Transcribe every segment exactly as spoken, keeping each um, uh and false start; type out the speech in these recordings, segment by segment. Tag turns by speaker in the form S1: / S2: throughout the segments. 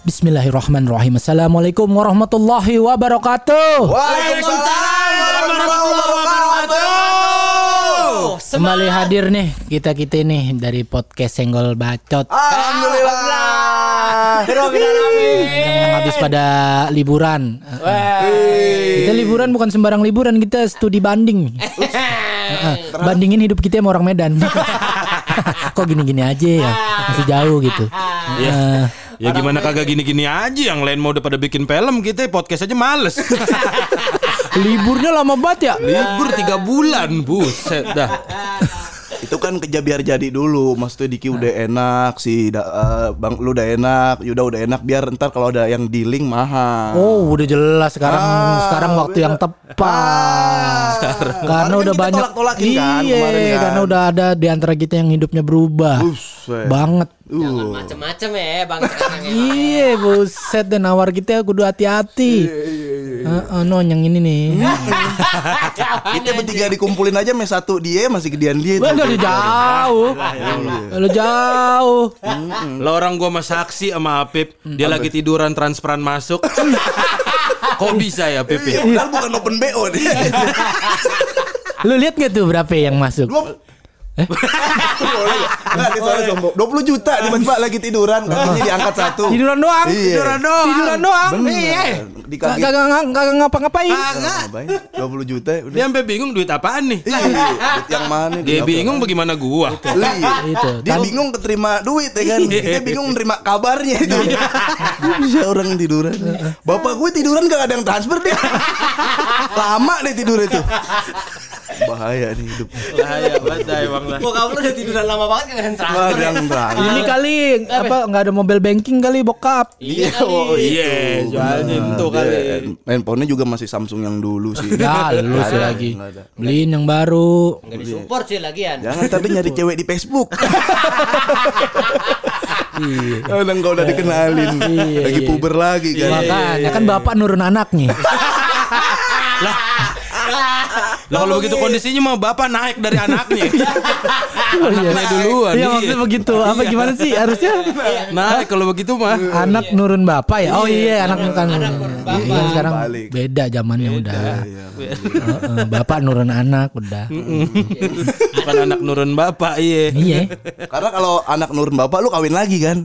S1: Bismillahirrahmanirrahim. Assalamualaikum warahmatullahi wabarakatuh.
S2: Waalaikumsalam warahmatullahi wabarakatuh.
S1: Kembali hadir nih kita-kita nih dari podcast Senggol Bacot.
S2: Alhamdulillah.
S1: Yang habis pada liburan. Kita liburan bukan sembarang liburan, kita studi banding. Bandingin hidup kita sama orang Medan. Kok gini-gini aja ya, masih jauh gitu.
S2: Ya, ya gimana kagak gini-gini aja, yang lain mau udah pada bikin film, kita podcast aja males.
S1: Liburnya lama banget ya.
S2: Libur tiga bulan, buset dah.
S3: Itu kan kerja biar jadi dulu. Maksudnya Diki udah enak, si uh, Bang lu udah enak, Yuda udah enak, biar ntar kalau ada yang dealing mahal.
S1: Oh, udah jelas sekarang
S3: Ah,
S1: sekarang waktu
S3: beda.
S1: yang tepat.
S3: Ah,
S1: Karena
S3: kemarin
S1: udah
S3: kan kita
S1: banyak
S3: tolak-tolakin kan,
S1: iya,
S3: kemarin kan.
S1: karena udah ada di antara kita yang hidupnya berubah.
S3: Buset.
S1: Banget.
S4: Jangan
S3: Uh.
S4: macem-macem ya bang sekarang ya.
S1: Iya, buset, dan nawar kita kudu hati-hati. Heeh, non yang ini nih.
S3: Kita bertiga dikumpulin aja mes satu dia masih gedean dia.
S1: Wah, udah jauh. Udah jauh.
S2: Lo orang gua sama saksi sama Apip, dia lagi tiduran transparan masuk. Kok bisa ya Apip?
S3: Iya, padahal bukan open B O nih.
S1: Lu lihat gak tuh berapa yang masuk?
S3: Dua Eh? Boleh ya? Nggak, dia soalnya sombong. dua puluh juta tiba-tiba lagi tiduran, katanya diangkat satu.
S1: Tiduran doang.
S3: Iya.
S1: Tiduran doang. Tiduran doang.
S3: Bener.
S1: Iya.
S3: Dikasih
S1: Kagak kagak ngapa-ngapain.
S3: ngapain? dua puluh juta udah.
S2: Dia sampai bingung duit apaan nih.
S3: Iya, duit yang mana?
S2: Dia
S3: Kenapa?
S2: bingung bagaimana gua.
S3: Iya.
S1: Itu.
S3: Dia
S1: Tan-
S3: bingung keterima duit ya kan. Kita bingung nerima kabarnya itu. Bisa orang tiduran. Bapak gue tiduran gak ada yang transfer deh. Lama deh tidur itu. Bahaya nih hidup.
S2: Bahaya banget dah emang lah.
S4: Bokap lu udah tiduran lama banget kan
S3: Gak
S4: transfer
S3: ada
S4: ya.
S3: yang transfer.
S1: Ini kali apa nggak ada mobile banking kali bokap.
S4: Iya
S3: oh,
S4: kali.
S2: Iya, jualnya itu
S3: Dia-
S2: kali.
S3: Handphonenya juga masih Samsung yang dulu sih.
S1: Ya lu
S3: Nggak
S1: sih
S3: ada,
S1: lagi.
S3: nggak ada.
S1: Beliin yang baru.
S4: Gak disupport sih lagian.
S3: Jangan tapi nyari cewek di Facebook. Iya. Udah enggak udah dikenalin.
S1: Iya,
S3: Lagi
S1: iya.
S3: puber lagi kan.
S1: Makanya kan bapak nurun anaknya.
S2: Lah kalau begitu kondisinya mah bapak naik dari anaknya. Anaknya duluan.
S1: Iya maksudnya begitu. Apa gimana sih harusnya?
S2: Naik kalau begitu mah.
S1: Anak nurun bapak ya. Oh iya anak bukan.
S4: Anak nurun bapak.
S1: Iya, kan sekarang
S3: Balik.
S1: beda zamannya udah.
S3: Iya.
S1: Heeh, bapak nurun anak udah.
S2: Bukan anak nurun bapak, iya.
S1: Iya.
S3: Karena kalau anak nurun bapak lu kawin lagi kan.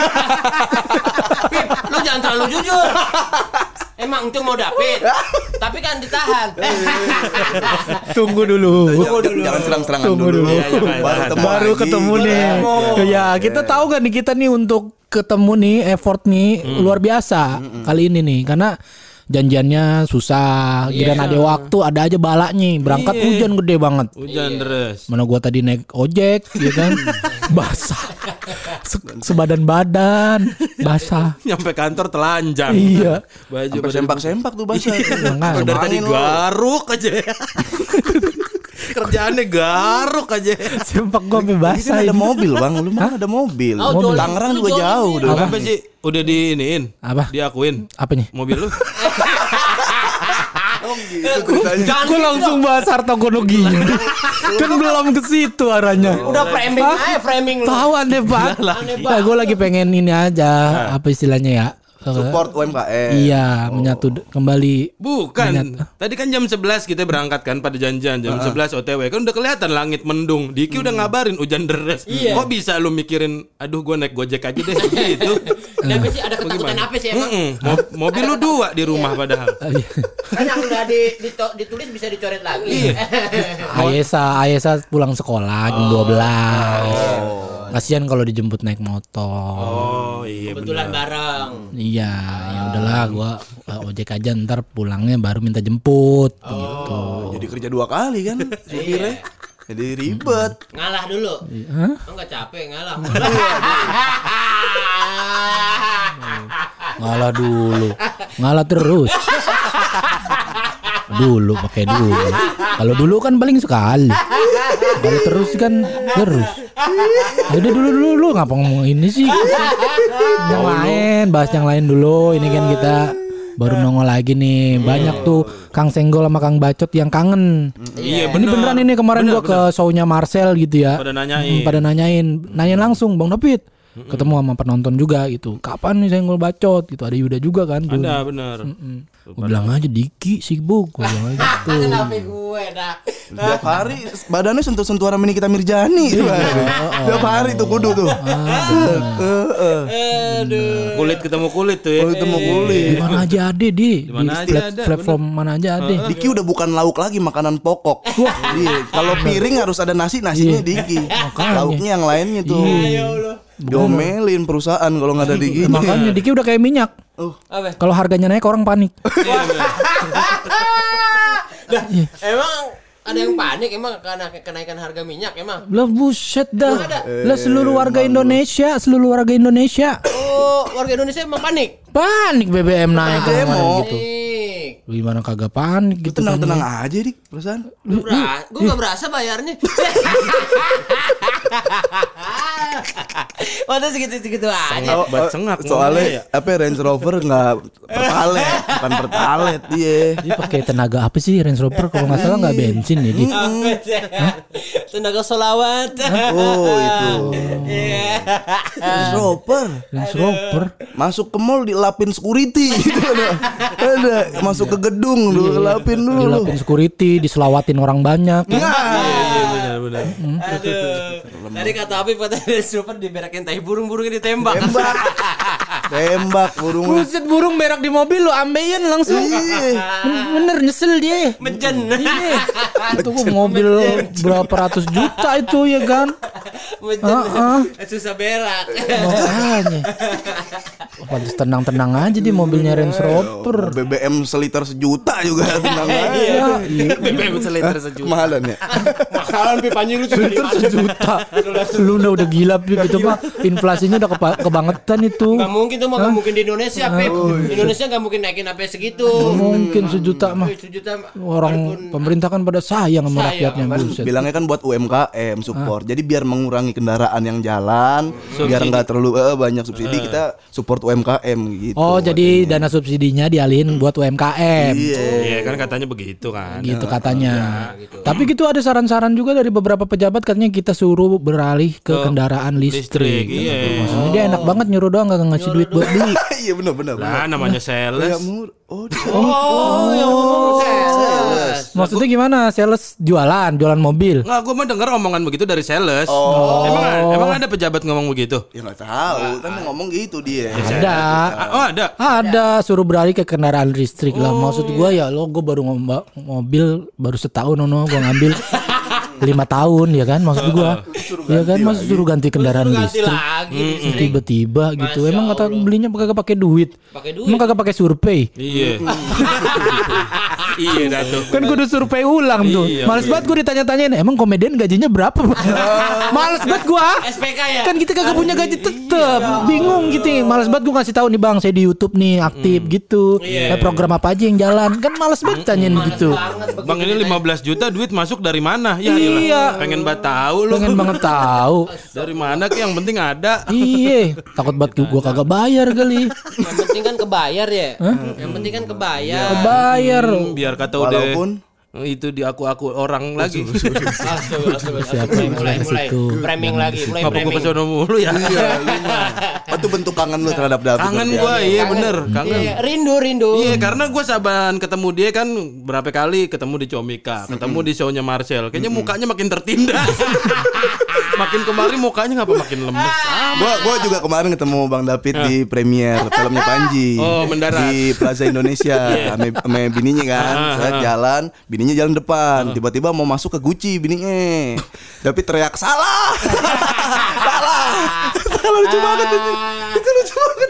S4: Pip, lu jangan terlalu jujur. Emang untung mau dapet, tapi kan ditahan.
S1: Tunggu dulu.
S3: Jangan, jangan serang-serangan
S1: Tunggu
S3: dulu.
S1: dulu.
S2: Iya, iya,
S3: Baru
S2: iya.
S3: ketemu
S1: Baru
S3: lagi.
S1: ketemu nih. Ya kita tahu kan nih kita nih untuk ketemu nih effort nih luar biasa kali ini nih karena janjiannya susah. Giliran ada waktu ada aja balaknya. Berangkat
S2: Iya.
S1: hujan gede banget.
S2: Hujan deres.
S1: Mana gua tadi naik ojek, ya kan, basah, Se- sebadan-badan, basah.
S2: Nyampe kantor telanjang.
S1: Iya.
S2: Baju
S3: Sampai
S2: pada
S3: sempak-sempak tuh basah.
S1: Makanya.
S2: dari tadi
S3: Angin lu.
S2: garuk aja. Kerjaannya garuk aja.
S1: Sempak gua sampai
S3: Ini
S1: basah
S3: kan ada
S1: ini.
S3: mobil bang, lu mah ada mobil.
S4: Oh, Mobil.
S3: Tangerang
S4: Lu
S3: juga
S4: jolin
S3: jauh
S4: nih.
S3: udah.
S2: Apa sih? Udah diiniin.
S1: Apa?
S2: Diakuin.
S1: Apanya?
S2: Mobil lu.
S4: Jangan
S1: Gue langsung bahas harta gonogi. Kan belum ke situ arahnya.
S4: udah framing aja framing lu.
S1: Tahu aneh banget. Nah, gue lagi pengen ini aja. Apa istilahnya ya?
S3: Support U M K M.
S1: Iya, menyatu d- kembali.
S2: Bukan. Tadi kan jam sebelas kita berangkat kan pada janjian jam sebelas O T W. Kan udah kelihatan langit mendung. Diki udah ngabarin hujan deres.
S4: Iya.
S2: Kok bisa lu mikirin aduh gua naik Gojek aja deh gitu.
S4: Tapi sih ada ketakutan apa sih emang?
S2: Mm-mm. Mo- mobil lu dua di rumah padahal.
S4: Kan yang udah di, dito- ditulis bisa dicoret lagi.
S2: Iya.
S1: Ayesa, Ayesa pulang sekolah jam dua belas. Kasihan kalau dijemput naik motor.
S2: Oh iya
S4: Kebetulan
S2: benar.
S4: bareng.
S1: Iya, ya udahlah gua uh, ojek aja ntar pulangnya baru minta jemput gitu.
S3: Jadi kerja dua kali kan supirnya. Jadi ribet.
S4: Ngalah dulu.
S1: Hah?
S4: Enggak capek ngalah.
S1: Ngalah dulu. Ngalah terus. Dulu pakai dulu. Kalau dulu kan paling sekali. Kalau terus kan terus. Ya udah dulu dulu lu ngapa ngomong ini sih? Yang lain, bahas yang lain dulu. Ini kan kita baru nongol lagi nih. Banyak tuh Kang Senggol sama Kang Bacot yang kangen.
S2: Iya
S1: Ini
S2: benar.
S1: beneran ini kemarin
S2: Bener,
S1: gua ke show-nya Marcel gitu ya.
S2: Pada nanyain.
S1: Hmm, pada nanyain, nanyain langsung, Bang David. ketemu sama penonton juga gitu. Kapan nih senggol bacot gitu. Ada Yuda juga kan. Jun.
S2: Ada benar.
S1: Gue bilang aja Diki sibuk. Gue bilang aja gitu.
S4: Kenapa gue dah?
S3: Tiap hari badannya sentuh-sentuh orang Nikita Mirjani. Tiap hari tuh kudu tuh.
S4: Aduh.
S2: Kulit ketemu kulit tuh ya.
S3: Kulit ketemu kulit.
S1: Di mana aja ada di, di
S2: mana aja
S1: plat-
S2: ada,
S1: platform mana aja ada.
S3: Diki udah bukan lauk lagi, makanan pokok. Iya, kalau piring harus ada nasi, nasinya Diki. Lauknya yang lainnya tuh.
S4: Ya Allah.
S3: Diomelin perusahaan kalau nggak ada Diki.
S1: Makanya Diki udah kayak minyak.
S3: Oh.
S4: Apa?
S1: Kalau harganya naik orang panik.
S4: Dah, emang ada yang panik emang karena kenaikan harga minyak emang.
S1: Lah buset dah.
S4: Emang ada?
S1: Lah seluruh warga Indonesia, seluruh warga Indonesia
S4: Oh, warga Indonesia emang panik.
S1: panik B B M naik
S3: Demo.
S1: kemarin gitu.
S4: Panik.
S1: Lu gimana kagak panik gitu kan.
S3: Tenang-tenang aja Dik, perasaan.
S4: Gue ber- gue gak berasa bayarnya. Waktu segitu-segitu aja.
S3: Oh,
S2: Bat
S3: oh,
S2: sengak
S3: soalnya
S2: ngomongnya ya.
S3: apa Range Rover nggak pertalet, bukan pertalet dia.
S1: Dia pakai tenaga apa sih Range Rover kalau nggak salah nggak bensin ya dia.
S4: Tenaga solawat.
S3: Oh itu
S4: Iya.
S3: Range Rover.
S1: Range Rover.
S3: Masuk ke mall dilapin security gitu ada. Ada masuk ke gedung dulu lapin dulu.
S1: Dilapin security, diselawatin orang banyak.
S3: Nah,
S2: Iya benar benar.
S4: Aduh. Tadi kata Habib kata super diberakin tai burung-burungnya ditembak.
S3: tembak. Tembak burung.
S1: Buset burung berak di mobil lo ambeien langsung.
S3: Iya.
S1: Bener nyesel dia.
S4: Mejen.
S1: Iya. Itu kok mobil berapa ratus juta itu ya kan.
S4: Mejen.
S1: Heeh.
S4: Susah berak.
S1: Makanya. Pantes tenang-tenang aja di mobilnya Range Rover.
S3: B B M seliter sejuta juga tenang aja.
S1: Iya.
S2: B B M seliter sejuta.
S3: Kemahalan ya.
S4: Makalan Pip anjing lu juga
S1: Liter sejuta. Lu udah udah gila Pip itu mah inflasinya udah kepa- kebangetan itu.
S4: Gak mungkin tuh mah gak mungkin di Indonesia Pip. Indonesia gak mungkin naikin sampai segitu.
S1: Mungkin sejuta mah.
S4: Sejuta
S1: Orang pemerintah kan pada sayang sama
S4: Sayang.
S1: rakyatnya
S3: Kan
S1: buset.
S3: bilangnya kan buat U M K M support. Jadi biar mengurangi kendaraan yang jalan, biar nggak terlalu eh, banyak subsidi, kita support U M K M gitu.
S1: Oh, jadi dana subsidinya dialihin buat U M K M.
S3: Iya.
S2: Iya kan katanya begitu kan.
S1: Gitu katanya. Tapi gitu ada saran-saran juga dari beberapa pejabat katanya kita suruh beralih ke kendaraan listrik.
S2: Listrik, iya.
S1: Maksudnya dia enak banget nyuruh doang gak ngasih duit buat beli.
S3: Iya benar benar.
S2: Lah namanya sales.
S3: Kayak mur. Oh, dia-
S4: Oh, yang ngomong sales.
S1: Maksudnya gimana? Sales jualan, jualan mobil.
S2: Nggak, gue mah denger omongan begitu dari sales. Oh. Emang emang ada pejabat ngomong begitu?
S3: ya nggak tahu, kan ngomong gitu dia.
S1: Ada.
S2: Ah, oh ada.
S1: Ada suruh beralih ke kendaraan listrik lah. Maksud gua ya lo gue baru ngomba mobil baru setahun no gua ngambil lima tahun ya kan maksud gua. Ya kan masih suruh ganti kendaraan
S4: Ganti
S1: listrik.
S4: lagi.
S1: Tiba-tiba gitu.
S4: Masya
S1: Emang kata
S4: Allah.
S1: belinya kagak pakai duit.
S4: Pakai duit.
S1: Emang kagak pakai survei.
S2: Iya. Iya dah tuh.
S1: Kan kudu survei ulang tuh.
S2: Iya,
S1: Males banget gue ditanya-tanyain, emang komedian gajinya berapa? Males banget gua.
S4: S P K ya?
S1: Kan kita kagak punya gaji tetep. Bingung gitu. Males banget gue ngasih tahu nih Bang, saya di YouTube nih aktif gitu.
S4: Iya.
S1: Eh, program apa aja yang jalan? Kan males banget tanyain gitu.
S2: Bang ini lima belas juta duit masuk dari mana? Ya
S1: Iya.
S2: iyalah. Pengen banget tahu lu.
S1: Pengen banget tahu.
S2: Dari mana ki yang penting ada.
S1: Iya, takut banget gue kagak bayar kali.
S4: Yang penting kan kebayar ya. Yang penting kan kebayar.
S1: Bayar.
S2: Hmm, biar kata udah
S3: Walaupun
S2: itu diaku-aku orang lagi.
S4: Astaga, astaga,
S1: Siapa
S4: mulai,
S1: yang
S4: mulai,
S1: ke
S4: mulai.
S1: situ?
S4: Framing lagi, mulai
S2: Apa gue
S4: framing.
S2: kesono mulu ya?
S3: itu bentuk kangen lu terhadap David.
S2: Kangen
S3: berarti ya.
S2: gua, iya bener, kangen.
S4: Iya, rindu, rindu.
S2: Iya karena gue saban ketemu dia kan berapa kali ketemu di Comika, ketemu di show-nya Marcel. Kayaknya mukanya makin tertindas. Makin kemarin mukanya ngapa makin lemes.
S3: Gua gua juga kemarin ketemu Bang David di premier filmnya Panji.
S2: Oh, mendarat.
S3: Di Plaza Indonesia ame ame bininya kan. Saya jalan, bininya jalan depan. Tiba-tiba mau masuk ke Gucci bininya. David teriak salah. Salah. Salah lucu banget itu. Itu lucu banget.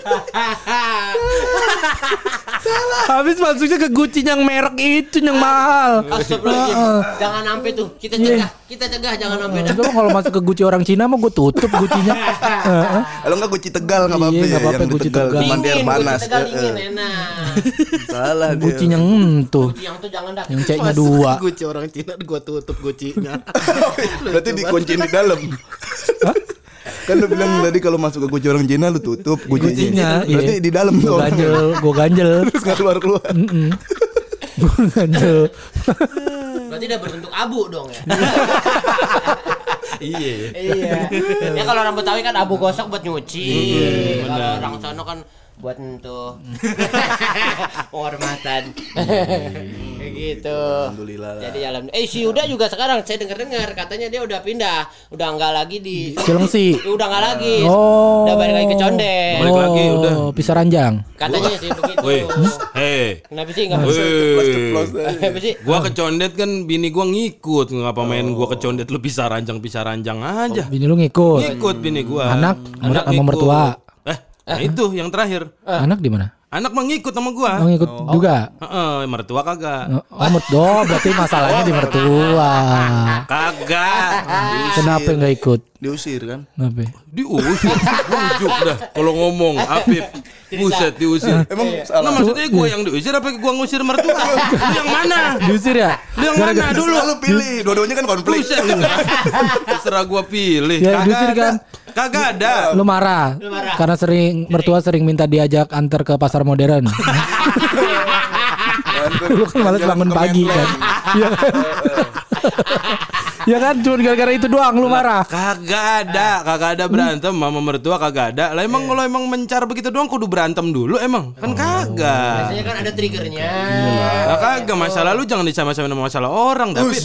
S1: Habis masuknya ke Gucci yang merek itu yang mahal.
S4: Astagfirullahaladzim. Jangan sampai tuh. Kita cegah, kita cegah jangan sampai dah.
S1: Coba kalau masuk ke Gucci orang Cina mah gue tutup Guccinya. Heeh.
S3: Kalau enggak Gucci Tegal enggak apa-apa
S1: Iya,
S3: ya.
S1: nggak apa-apa,
S3: Yang di
S1: Gucci
S3: Tegal
S1: Tegal.
S3: cuman dia
S4: Dingin,
S3: panas.
S4: Gucci Tegal
S3: Eh,
S4: dingin,
S3: eh.
S4: enak.
S3: Salah dia.
S1: Gucci yang tuh,
S4: Gucci yang tuh jangan dah.
S1: yang C-nya dua.
S2: Gucci orang Cina gue tutup Gucci-nya.
S3: Berarti dikunciin di dalam. Kan lu bilang tadi kalau masuk ke Gucci orang Cina lu tutup
S1: Gucci-nya,
S3: Gucci-nya. Berarti
S1: iya.
S3: di dalam
S1: Gue
S3: tuh.
S1: ganjel, gue ganjel.
S3: Terus enggak keluar-keluar.
S1: Gue ganjel.
S4: Berarti udah berbentuk abu dong ya.
S2: Iya.
S4: Iya. Ya kalau orang Betawi kan abu gosok buat nyuci. Kalau orang sono kan buat untuk penghormatan. Kayak gitu.
S3: Alhamdulillah lah.
S4: Jadi alhamdulillah. Eh si Yuda juga sekarang saya dengar-dengar katanya dia udah pindah, udah enggak lagi di
S1: Cilengsi.
S4: Udah enggak lagi.
S1: Oh.
S4: Udah balik lagi ke Condet.
S2: Balik lagi, udah.
S1: Pisah ranjang.
S4: Katanya sih begitu.
S2: Woi, hei.
S4: Kenapa sih enggak
S2: Woi.
S4: Kenapa sih?
S2: Gua ke Condet kan bini gua ngikut, ngapa main gua ke Condet lu pisah ranjang pisah ranjang aja.
S1: Bini lu ngikut.
S2: Ngikut bini gua.
S1: Anak,
S2: anak
S1: sama
S2: ngikut.
S1: mertua.
S2: Eh, nah itu yang terakhir.
S1: Anak di mana?
S2: Anak mah ngikut sama gua.
S1: Oh, ngikut juga.
S2: Heeh, mertua kagak.
S1: Oh, mertua, berarti masalahnya di mertua.
S2: Kagak.
S1: Kenapa nggak ikut?
S3: Diusir kan?
S1: Kenapa?
S2: Diusir. Ujuk dah kalau ngomong Apip. Buset diusir.
S3: Emang
S2: Nah
S3: salah.
S2: maksudnya gue yang diusir apa gue ngusir mertua? Lu yang mana?
S1: Diusir ya?
S2: Lu yang mana dulu?
S3: Lu pilih, dua-duanya kan konflik.
S2: Buset. Terserah gue pilih.
S1: Ya,
S2: Kagak
S1: diusir
S2: ada.
S1: kan?
S2: Kagak ada.
S1: Lu marah,
S4: Lu marah.
S1: karena sering mertua sering minta diajak antar ke pasar modern. Lu kan malas bangun pagi kan. Iya kan? Ya kan cuma gara-gara itu doang lu marah.
S2: Kagak ada, kagak ada berantem mama mertua kagak ada. Lah emang kalau emang mencar begitu doang kudu berantem dulu emang? Kan kagak.
S4: Biasanya kan ada triggernya.
S2: Lah kagak, masalah lu jangan disama-samain sama masalah orang, David.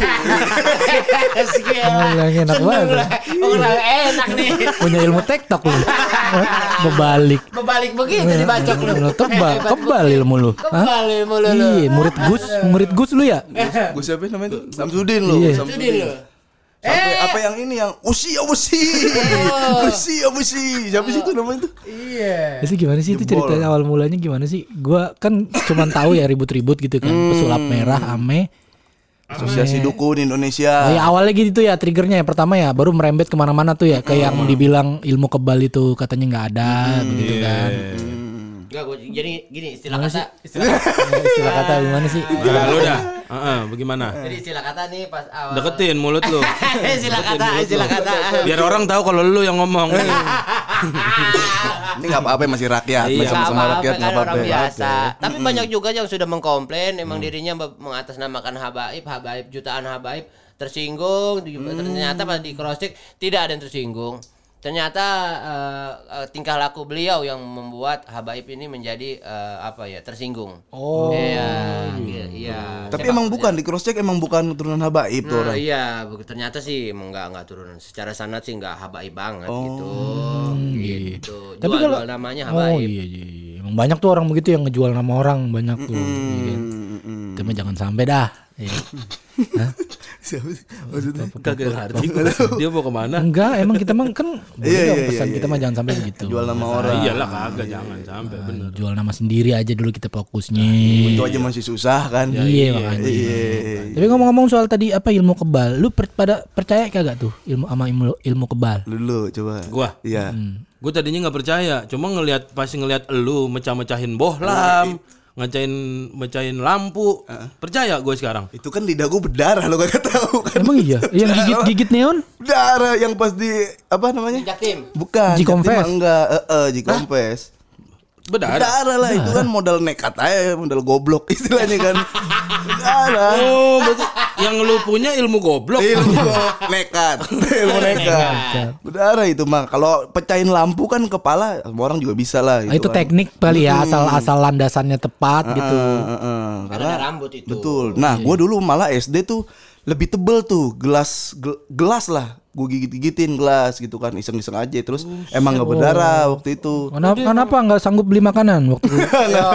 S1: Orang enak banget.
S4: Orang enak nih.
S1: Punya ilmu TikTok lu. Bebalik.
S4: Bebalik begitu dibacok lu.
S1: Lu tebal, kebal ilmu lu. Hah?
S4: Kebal ilmu lu. lu.
S1: Iya, murid Gus, murid Gus lu ya?
S3: Gue siapa namanya tuh? Samsudin lo.
S1: Iya.
S3: Samsudin.
S4: Itu dia lu.
S3: Sampai apa yang ini yang usia usi, usia usi, siapa sih itu namanya tuh?
S4: Iya.
S1: Itu gimana sih itu
S3: Jebol.
S1: cerita awal mulanya gimana sih? Gua kan cuman tahu ya ribut-ribut gitu kan. Pesulap merah ame.
S3: Asosiasi Dukun Indonesia.
S1: Oh, ya awalnya gitu ya triggernya ya pertama ya baru merembet kemana-mana tuh ya kayak yang dibilang ilmu kebal itu katanya nggak ada begitu kan.
S4: Enggak, gua jadi gini istilah kata. Istilah,
S1: Ya, istilah kata gimana sih?
S2: Nah, lu dah. Heeh, bagaimana?
S4: jadi istilah kata nih pas awal.
S2: Deketin mulut lu.
S4: istilah kata, istilah kata.
S2: Biar orang tahu kalau lu yang ngomong.
S3: Ini nggak apa-apa masih rakyat,
S2: Iya.
S3: masih
S4: Nggak
S3: sama
S4: apa-apa,
S3: rakyat
S4: kan
S3: nggak apa-apa.
S4: orang biasa. Tapi banyak juga yang sudah mengkomplain emang dirinya be- mengatasnamakan habaib, habaib jutaan habaib tersinggung. Di- Ternyata pas di cross check tidak ada yang tersinggung. Ternyata eh, eh, tingkah laku beliau yang membuat habaib ini menjadi eh, apa ya tersinggung.
S1: Oh.
S4: Iya, iya, iya.
S3: Tapi
S4: Sepak-
S3: emang bukan di cross check emang bukan keturunan habaib tuh
S4: Nah,
S3: orang.
S4: iya, bu- ternyata sih emang nggak nggak turunan. Secara sanad sih nggak habaib banget gitu. Gitu.
S1: Tapi
S4: Jual,
S1: kalau
S4: jual namanya
S1: Oh
S4: habaib.
S1: iya, iya iya. Emang banyak tuh orang begitu yang ngejual nama orang banyak tuh. Iya kan? Itu mah jangan sampai dah. Iya. Hah?
S3: Siapa sih? Maksudnya?
S2: Kagak ngerti gua. Dia mau kemana?
S1: Enggak, emang kita mah kan boleh
S3: Iya,
S1: dong
S3: iya,
S1: pesan
S3: iya,
S1: kita mah jangan sampai begitu.
S3: Jual nama orang.
S2: Iyalah kagak jangan sampai bener.
S1: Jual nama sendiri aja dulu kita fokusnya.
S3: Itu aja masih susah kan?
S1: Iya makanya.
S3: Iya.
S1: Tapi ngomong-ngomong soal tadi apa ilmu kebal, lu per- pada percaya kagak tuh ilmu sama ilmu, ilmu kebal?
S3: Dulu coba.
S2: Gua.
S3: Iya.
S2: Gue tadinya nggak percaya, cuma ngelihat pas ngelihat elu mecah-mecahin bohlam, ngecahin mecahin lampu, percaya gue sekarang.
S3: Itu kan lidah gue berdarah lo kagak tahu kan?
S1: Emang iya? Yang gigit-gigit neon?
S3: Berdarah yang pas di apa namanya?
S4: Jaktim.
S3: Bukan.
S1: Jikompes.
S3: Jaktim mah enggak, heeh, Jikompes.
S2: Berdarah.
S3: Berdarah lah itu kan modal nekat aja, modal goblok istilahnya kan. Berdarah.
S2: Oh, berarti yang lu punya ilmu goblok.
S3: Ilmu nekat, ilmu nekat. Berdarah itu mah. Kalau pecahin lampu kan kepala, semua orang juga bisa lah.
S1: Ah, itu
S3: kan.
S1: teknik kali ya, asal-asal landasannya tepat gitu.
S3: Heeh, heeh.
S4: Karena ada rambut itu.
S3: Betul. Nah, gue dulu malah S D tuh lebih tebel tuh, gelas gel- gelas lah. Gue gigit-gigitin gelas gitu kan, iseng-iseng aja. Terus emang nggak berdarah waktu itu.
S1: Kenapa kenapa nggak sanggup beli makanan waktu itu?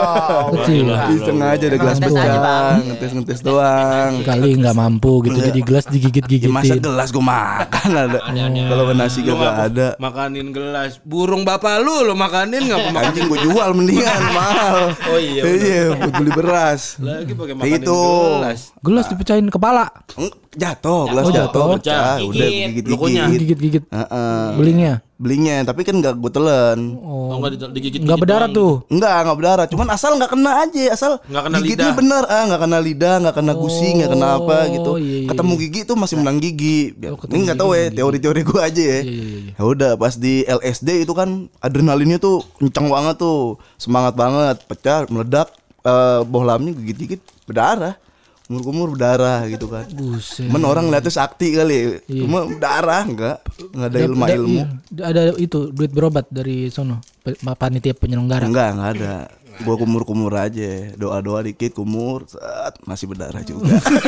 S1: Kecil.
S3: Iseng aja ada gelas
S4: Ngetes aja,
S3: pecah,
S4: Bang.
S3: ngetes-ngetes doang.
S1: Kali nggak mampu gitu, jadi gelas
S3: Ya, masa
S1: digigit-gigitin.
S3: gelas gue makan ada. Kalau nasi
S2: Lu
S3: gak
S2: nggak
S3: ada.
S2: makanin gelas. Burung bapak lu lu makanin nggak makan
S3: Anjing gue jual mendingan mahal.
S2: Oh iya,
S3: Iya, buat beli beras.
S2: lagi pakai makanin
S3: Itu.
S2: gelas.
S1: Gelas dipecahin kepala,
S3: Eng, Jatuh, gelas
S1: Oh,
S3: jatuh,
S1: jatuh.
S3: pecah,
S4: Gigit.
S3: udah
S2: Lukunya.
S3: gigit-gigit.
S1: gigit-gigit.
S3: Heeh.
S1: Belinya
S3: Belinya, tapi kan gak gue telan.
S2: Oh, nggak di- digigit.
S1: nggak berdarah tuh.
S3: Enggak, enggak berdarah. Cuman asal enggak kena aja, asal
S2: Nggak kena
S3: gigitnya
S2: lidah.
S3: bener, ah enggak kena lidah, enggak kena gusi, enggak kena apa gitu.
S1: iya, iya,
S3: Ketemu gigi tuh masih menang gigi.
S1: Oh, ketemu
S3: Ini enggak tahu ya, teori-teori gue aja ya. Ya udah, pas di L S D itu kan adrenalinnya tuh kencang banget tuh. Semangat banget, pecah, meledak, eh bohlamnya gigit-gigit berdarah. kumur-kumur berdarah gitu kan.
S1: Buset.
S3: Men orang lihatnya sakti kali, cuma darah enggak, enggak ada ilmu
S1: Ada-
S3: ilmu.
S1: iya. Ada itu duit berobat dari sono, pe- panitia penyelenggara.
S3: Enggak, enggak ada. Gua kumur-kumur aja, doa-doa dikit kumur, set, masih berdarah juga.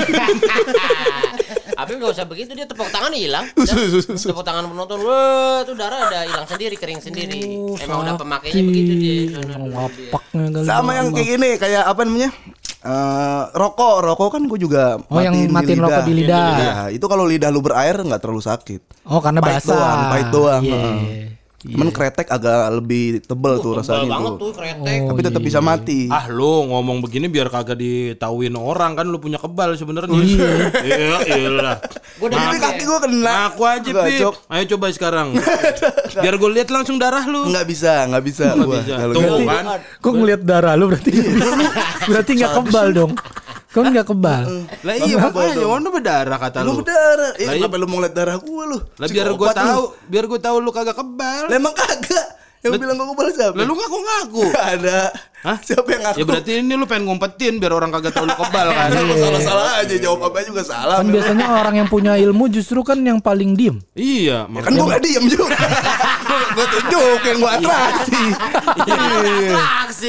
S4: Abi nggak usah begitu, dia tepuk tangan hilang. Dah, tepuk tangan penonton, wah itu darah ada hilang sendiri, kering sendiri. Emang udah pemakainya begitu dia.
S1: Ngapaknya kali.
S3: Sama yang kayak gini, kayak apa namanya? Eh, rokok, rokok kan gue juga
S1: Oh, yang matiin rokok di lidah.
S3: Iya, itu kalau lidah lu berair nggak terlalu sakit.
S1: Oh karena
S3: Pahit
S1: basah.
S3: doang, pahit doang.
S1: Iya.
S3: Heeh. Cuman kretek agak lebih tebel tuh
S4: Tebal
S3: rasanya
S4: banget
S3: tuh.
S4: tuh kretek.
S3: Tapi tetap bisa mati.
S2: Ah lu ngomong begini biar kagak ditauin orang kan lu punya kebal sebenarnya. Iya, iya.
S4: Gue udah
S3: Tapi kaki gue kena.
S2: Ngaku aja,
S3: Nggak,
S2: Pip.
S3: Cok.
S2: Ayo coba sekarang. Biar gue lihat langsung darah lu.
S3: Nggak bisa, nggak bisa.
S2: Nggak
S3: gua.
S2: bisa.
S3: Kalau
S2: Tuh
S3: gitu.
S2: kan.
S1: Kok ngelihat darah lu berarti nggak bisa. Berarti nggak kebal dong. Kau nggak kebal.
S2: Lah iya makanya ono berdarah kata
S3: Lu
S2: lu.
S3: berdarah. Eh,
S2: Lah, iya.
S3: kenapa lu mau ngeliat darah gue lu?
S2: Lah biar gue
S3: Psikopat lu.
S2: tahu, biar gue tahu lu kagak kebal.
S3: Lah emang kagak. Yang bilang gue kebal siapa?
S2: Lah lu ngaku-ngaku.
S3: Nggak ada.
S2: Hah?
S3: Siapa yang ngaku?
S2: Ya berarti ini lu pengen ngumpetin biar orang kagak tahu lu kebal kan.
S3: Salah-salah aja, jawab apa juga salah.
S1: Kan biasanya orang yang punya ilmu justru kan yang paling diem.
S2: Iya,
S3: Kan gue gak diem juga. Gue tunjuk yang gue atraksi. Iya.
S4: Aksi.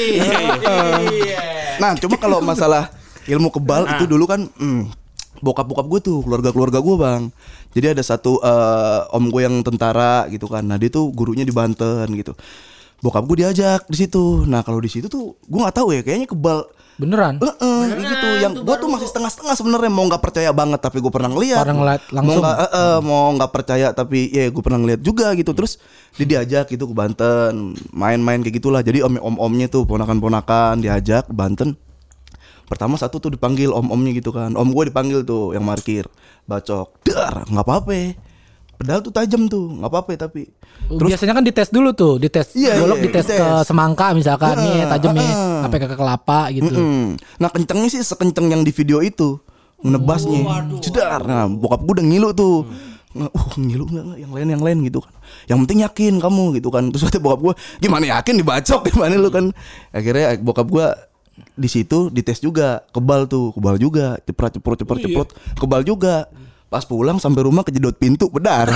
S4: Iya.
S3: Nah cuma kalau masalah ilmu kebal itu dulu kan hmm, bokap-bokap gue tuh, keluarga-keluarga gue bang. Jadi ada satu eh, om gue yang tentara gitu kan. Nah dia tuh gurunya di Banten gitu. Bokap gue diajak di situ. Nah kalau di situ tuh gue nggak tahu ya, kayaknya kebal.
S1: Beneran.
S3: Heeh, gitu. Yang gue tuh masih setengah-setengah sebenarnya, mau nggak percaya banget tapi gue pernah ngeliat.
S1: Pernah ngeliat
S3: Mau
S1: langsung.
S3: nggak eh, eh, mau nggak percaya tapi ya gue pernah ngeliat juga gitu. Terus dia diajak gitu ke Banten, main-main kayak gitulah. Jadi om om-omnya tuh ponakan-ponakan diajak ke Banten. Pertama satu tuh dipanggil om-omnya gitu kan. Om gue dipanggil tuh yang parkir. Bacok. Dar, nggak apa-apa. Pedal tuh tajam tuh, nggak apa-apa tapi. Terus
S1: Biasanya kan dites dulu tuh, dites
S3: Iya,
S1: golok
S3: iya,
S1: dites
S3: dites.
S1: ke semangka misalkan nih tajamnya
S3: heeh.
S1: sampai ke kelapa gitu.
S3: Mm-mm. Nah kencengnya sih sekenceng yang di video itu, menebasnya. Jedar. Nah bokap gue udah ngilu tuh. Nah, uh ngilu nggak nggak yang lain yang lain gitu kan. Yang penting yakin kamu gitu kan. Terus kata bokap gue, gimana yakin dibacok gimana lu kan. Akhirnya bokap gue di situ dites juga, kebal tuh, kebal juga, cepret cepret cepret cepret, kebal juga. Pas pulang sampai rumah kejedot pintu berdarah.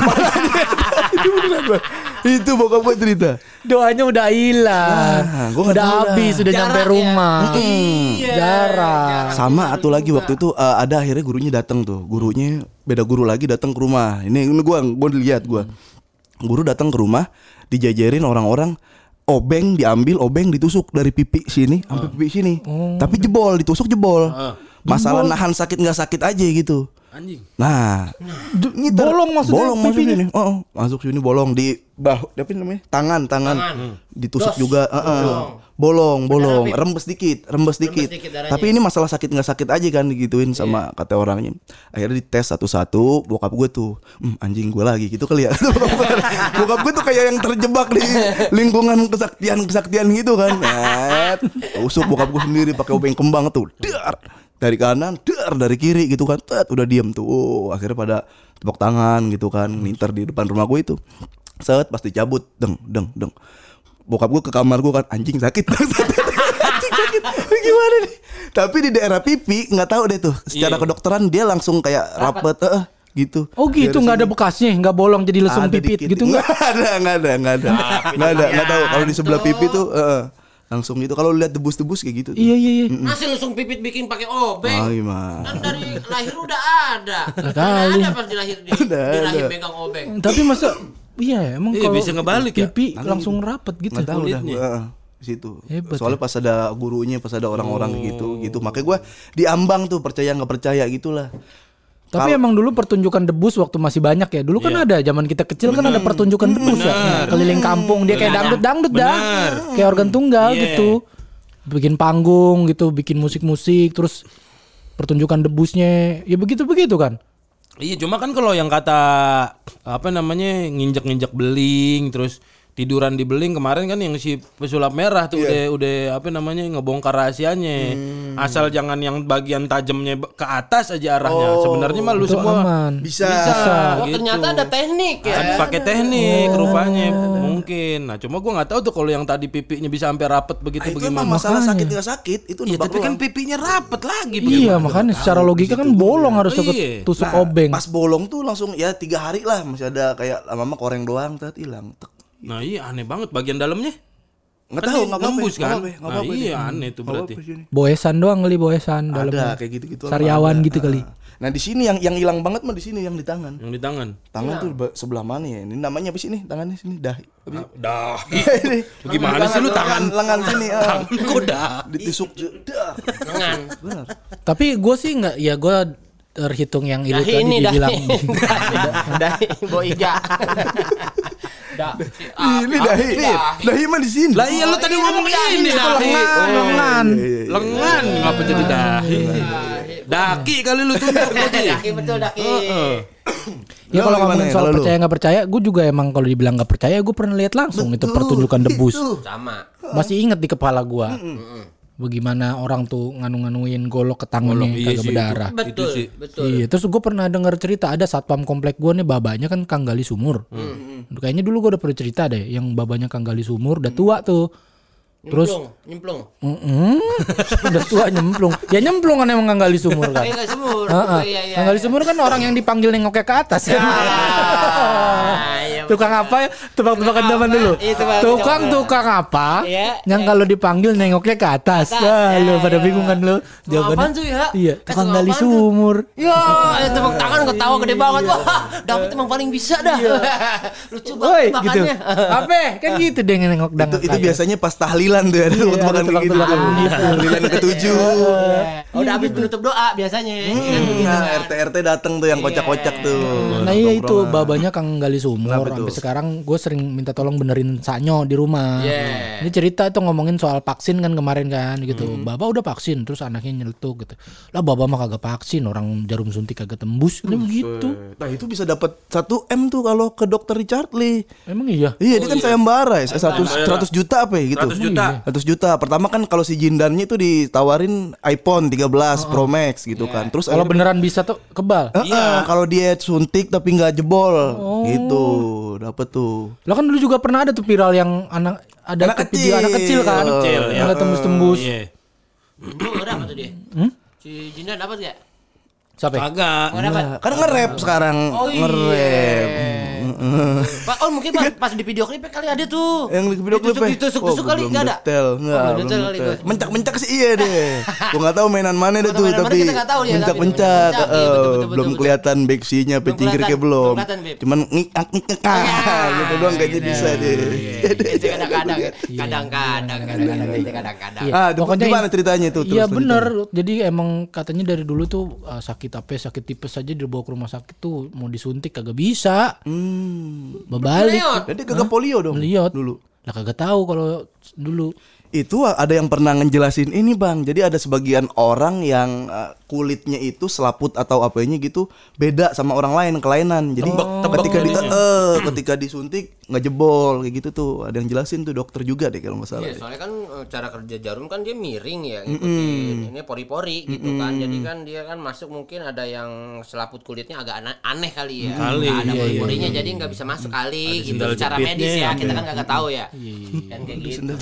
S3: Itu beneran Bang. Itu bokap gue cerita.
S1: Doanya udah hilang.
S3: Wah, gua nggak
S1: udah
S3: tahu
S1: habis,
S3: dah.
S1: udah nyampe
S4: Jarak ya.
S1: rumah.
S4: Iya.
S1: Jarang.
S3: Sama atau lagi waktu itu uh, ada akhirnya gurunya datang tuh. Gurunya beda guru lagi datang ke rumah. Ini ini gua gua lihat gua. Guru datang ke rumah, dijajarin orang-orang, obeng diambil, obeng ditusuk dari pipi sini sampai pipi sini. Tapi jebol, ditusuk jebol. Masalah nahan sakit nggak sakit aja gitu.
S2: Anjing.
S3: Nah,
S1: D-
S3: ngiter.
S1: bolong maksudnya
S3: bolong masuk
S1: pipinya?
S3: sini. Oh, oh, masuk sini bolong di bahu, apa namanya? Tangan, tangan. Ditusuk
S4: Dos.
S3: juga, heeh. Bolong, bolong, rembes dikit, rembes dikit.
S4: dikit darahnya.
S3: Tapi ini masalah sakit nggak sakit aja kan digituin sama kata orangnya. Akhirnya dites satu-satu, bokap gue tuh, "Hmm, anjing gue lagi gitu kali ya." bokap, gue, bokap gue tuh kayak yang terjebak di lingkungan kesaktian-kesaktian gitu kan. Net, usuk bokap gue sendiri pakai obeng kembang tuh. Dar. Dari kanan, dar dari kiri gitu kan, tet, udah diem tuh. Oh, akhirnya pada tepuk tangan gitu kan, ninter di depan rumah gue itu. Set, pasti cabut, deng, deng, deng. Bokap gue ke kamar gue kan, anjing sakit, anjing sakit, ini gimana nih? Tapi di daerah pipi nggak tahu deh tuh, secara
S2: Iya.
S3: kedokteran dia langsung kayak rapet, eh, gitu.
S1: Oh gitu, nggak ada bekasnya, nggak bolong jadi lesung
S3: Ada
S1: pipit
S3: dikit.
S1: gitu nggak?
S3: Nggak ada, nggak ada, nggak ada, nggak ada, nggak tahu. Kalau di sebelah pipi tuh, eh, langsung gitu. Kalau lihat debus-debus kayak gitu. tuh.
S1: Iya iya iya.
S4: Masih langsung pipit bikin pakai obeng.
S3: Ah, gimana?
S4: Kan dari lahir udah ada.
S1: Nggak
S4: Kan
S1: kali.
S4: ada pas di lahir di,
S3: Ada,
S4: di lahir
S3: ada.
S4: pegang obeng.
S1: Tapi masa iya emang
S2: Iya,
S1: kalau
S2: bisa ngebalik ya?
S1: pipi langsung rapet gitu.
S3: Nggak tahu dah
S2: kulitnya.
S3: gua, eh, di situ.
S1: Hebat
S3: Soalnya pas ada gurunya, pas ada orang-orang gitu, gitu. Makanya gue diambang tuh percaya nggak percaya gitulah.
S1: Tapi emang dulu pertunjukan debus waktu masih banyak ya. Dulu kan ada zaman kita kecil kan ada pertunjukan debus ya. Keliling kampung dia kayak dangdut-dangdut dah. Kayak organ tunggal
S2: Iya.
S1: gitu. Bikin panggung gitu, bikin musik-musik terus pertunjukan debusnya ya begitu-begitu kan.
S2: Iya, cuma kan kalau yang kata apa namanya nginjek-nginjek beling terus tiduran di beling kemarin kan yang si pesulap merah tuh
S3: Iya.
S2: udah udah apa namanya ngebongkar rahasianya. Asal jangan yang bagian tajamnya ke atas aja arahnya. Sebenarnya mah lu
S1: Itu
S2: semua
S1: aman.
S3: Bisa.
S4: Oh,
S2: gitu.
S4: ternyata ada teknik ya.
S2: Ada pakai teknik rupanya mungkin. Nah, cuma gua nggak tahu tuh kalau yang tadi pipinya bisa sampai rapet begitu
S3: Ah, itu
S2: bagaimana.
S3: emang masalah sakit nggak sakit itu
S2: Iya,
S3: nebak
S2: tapi kan
S3: doang.
S2: pipinya rapet lagi.
S1: Iya,
S2: bagaimana?
S1: makanya secara logika kan bolong harus
S2: Oh,
S1: ke
S2: iya.
S1: tusuk
S3: Nah,
S1: obeng.
S3: pas bolong tuh langsung ya tiga hari lah masih ada kayak lama-lama koreng doang tet hilang. Tek.
S2: Nah, iya aneh banget bagian dalamnya.
S3: Nggak
S2: Kan
S3: tahu
S2: dia
S3: nggak apa-apa.
S2: nembus
S3: nggak
S2: kan?
S3: apa-apa, nggak
S2: Nah,
S3: apa-apa
S2: iya
S3: dia.
S2: aneh tuh
S3: Nggak
S2: berarti.
S3: apa-apa sini.
S1: Boesan doang kali boesan
S3: Ada
S1: dalamnya.
S3: kayak gitu-gitu.
S1: Sariawan
S3: ada.
S1: gitu kali.
S3: Ah. Nah di sini yang yang hilang banget mah di sini yang di tangan.
S2: Yang di tangan.
S3: Tangan tuh ba- sebelah mana ya? Ini namanya apa sih nih? Tangannya sini dahi.
S2: Dah.
S3: Ini.
S2: Gimana sih lu tangan?
S3: lengan sini. ah.
S2: Tangan kok dah.
S3: Ditusuk. Dah.
S4: Dengan
S3: Benar.
S1: Tapi gue sih nggak, ya gue terhitung yang itu
S4: dahi
S1: tadi
S4: ini dahi.
S1: dibilang.
S4: Dahi, dahi boiga. Da.
S3: Ini dahi. Dahi mah di sini.
S2: Lah iya lu tadi ngomong ini dahi.
S1: Lengan, lengan.
S2: Lengan ngapa jadi dahi? Daki kali lu tunjuk tadi.
S4: Daki betul daki.
S1: Ya
S3: Lu
S1: kalau
S3: gimana
S1: ngomongin
S3: ya,
S1: soal
S3: kalau lu?
S1: percaya nggak percaya, gue juga emang kalau dibilang nggak percaya, gue pernah lihat langsung itu pertunjukan debus.
S4: Sama.
S1: Masih inget di kepala gue. Bagaimana orang tuh nganu-nganuin golok ke tangannya
S2: Golok, iya
S1: kagak
S2: sih,
S1: berdarah.
S4: Betul,
S2: sih.
S4: betul.
S1: Iya, terus gue pernah dengar cerita ada satpam komplek gue nih, babanya kan Kang Gali Sumur. Kayaknya dulu gue udah pernah cerita deh, yang babanya Kang Gali Sumur udah tua tuh. Terus
S4: nyemplung, nyemplung.
S1: Mm-mm. udah tua nyemplung. Ya nyemplung kan emang Kang Gali Sumur kan.
S4: Eh enggak semur.
S1: Heeh.
S4: Iya iya.
S1: Kang Gali Sumur kan orang yang dipanggil nengoknya ke atas.
S4: Ah, iya,
S1: Tukang apa ya? Tebak-tebakan zaman dulu.
S4: Iya, tebak-tebakan.
S1: Tukang tukang apa?
S4: Iya,
S1: Yang kalau dipanggil nengoknya ke atas.
S4: Atas,
S1: Wah,
S4: ya,
S1: lu pada
S4: iya.
S1: bingung kan lu?
S4: Apaan tuh ya?
S1: Iya,
S4: Eh,
S1: tukang
S4: tukang
S1: gali
S4: apaan tuh?
S1: sumur.
S4: Ya, ada tepuk tangan ketawa gede banget. Wah, David emang paling bisa dah. Lucu
S1: Woi,
S4: banget
S1: gitu.
S4: makannya.
S1: Apa? Kan gitu deh nengok
S3: Itu,
S1: dangak.
S3: itu biasanya pas tahlilan tuh ya. Ada
S1: Iya,
S3: makan
S1: ada
S3: kayak gitu.
S1: tebak-tebakan gitu.
S3: Tahlilan ketujuh.
S4: Oh, udah habis menutup doa biasanya. Kan begitu
S3: Nah,
S4: kan.
S3: R T R T datang tuh yang kocak-kocak tuh.
S1: Nah iya itu
S3: Tongkrongan.
S1: babanya Kang Gali Sumur.
S3: Kenapa tuh?
S1: Sampai sekarang gue sering minta tolong benerin sanyo di rumah.
S4: Yeah.
S1: Ini cerita itu ngomongin soal vaksin kan kemarin kan gitu. Baba udah vaksin terus anaknya nyeletuk gitu. Lah baba mah kagak vaksin, orang jarum suntik kagak tembus. Ini begitu.
S3: Nah itu bisa dapat satu M tuh kalau ke dokter Richard Lee.
S1: Emang iya.
S3: Iya, dia kan sayembara ya, seratus seratus juta apa ya gitu.
S2: seratus juta.
S3: seratus juta. Pertama kan kalau si Jindannya itu ditawarin iPhone tiga belas Pro Max gitu kan. Terus
S1: Kalau
S3: akhirnya-
S1: beneran bisa tuh kebal.
S3: Heeh, kalau dia suntik tapi nggak jebol gitu, dapet tuh.
S1: Lo kan dulu juga pernah ada tuh viral yang anak ada
S3: Anak
S1: tuh video
S3: kecil.
S1: anak kecil kan.
S3: Anak
S2: kecil, ya.
S1: Nggak tembus-tembus.
S2: Iya.
S4: Oh, udah apa tuh dia?
S1: Hmm?
S4: Si Jindan dapat enggak?
S1: Siapa? ya?
S2: Kagak.
S4: Enggak dapat.
S3: Nah, kan nge-rap sekarang,
S4: Oh, iya.
S3: nge-rap.
S4: Pak, oh mungkin pas, pas di video klipnya kali ada tuh.
S3: Yang di video klip
S4: Ditusuk- ditusuk-tusuk kali enggak ada.
S3: Detail, enggak,
S4: Oh, belum
S3: belum
S4: detail kali
S3: detail.
S4: itu.
S3: Mencak-mencak sih iya deh. Gua enggak tahu mainan mana deh
S4: Mainan
S3: tuh,
S4: mana
S3: tapi
S4: kita nggak tahu ya, tapi
S3: mencak-mencak,
S4: mencak, iya,
S3: eh,
S4: betul, betul,
S3: belum
S4: betul.
S3: kelihatan backseatnya,
S4: Belum
S3: pencingkriknya
S4: kelihatan,
S3: belum.
S4: belum kelihatan, Beb.
S3: Cuman ngik ngik ngik gitu doang kayaknya bisa deh.
S4: Itu kadang-kadang, kadang-kadang, kadang-kadang, itu kadang-kadang.
S1: Iya.
S3: Ah, itu
S1: Pokoknya
S3: gimana ceritanya tuh?
S1: Iya
S3: terus
S1: bener. Jadi emang katanya dari dulu tuh uh, sakit apa ya, sakit tipes aja dibawa ke rumah sakit tuh mau disuntik kagak bisa.
S3: Hmm.
S1: Berbalik.
S4: Meliot.
S3: Jadi kagak polio dong
S1: Meliot.
S3: dulu.
S1: Lah kagak tahu kalau dulu.
S3: Itu ada yang pernah ngejelasin ini bang. Jadi ada sebagian orang yang uh, kulitnya itu selaput atau apanya gitu beda sama orang lain, kelainan. Jadi
S2: Tebek-tebek
S3: ketika di,
S2: jadinya.
S3: eh, ketika disuntik nggak jebol kayak gitu tuh. Ada yang jelasin tuh dokter juga deh kalau nggak salah.
S4: Iya,
S3: deh.
S4: soalnya kan eh, cara kerja jarum kan dia miring ya, ngikutin ini pori-pori gitu kan. Jadi kan dia kan masuk mungkin ada yang selaput kulitnya agak aneh, aneh kali ya.
S2: Kali,
S4: Nggak ada
S2: iya,
S4: pori-porinya jadi nggak bisa masuk kali gitu.
S2: sendal
S4: Secara
S2: jepitnya
S4: medis ya,
S2: sampai-
S4: kita kan nggak tahu ya. Kan kayak gitu.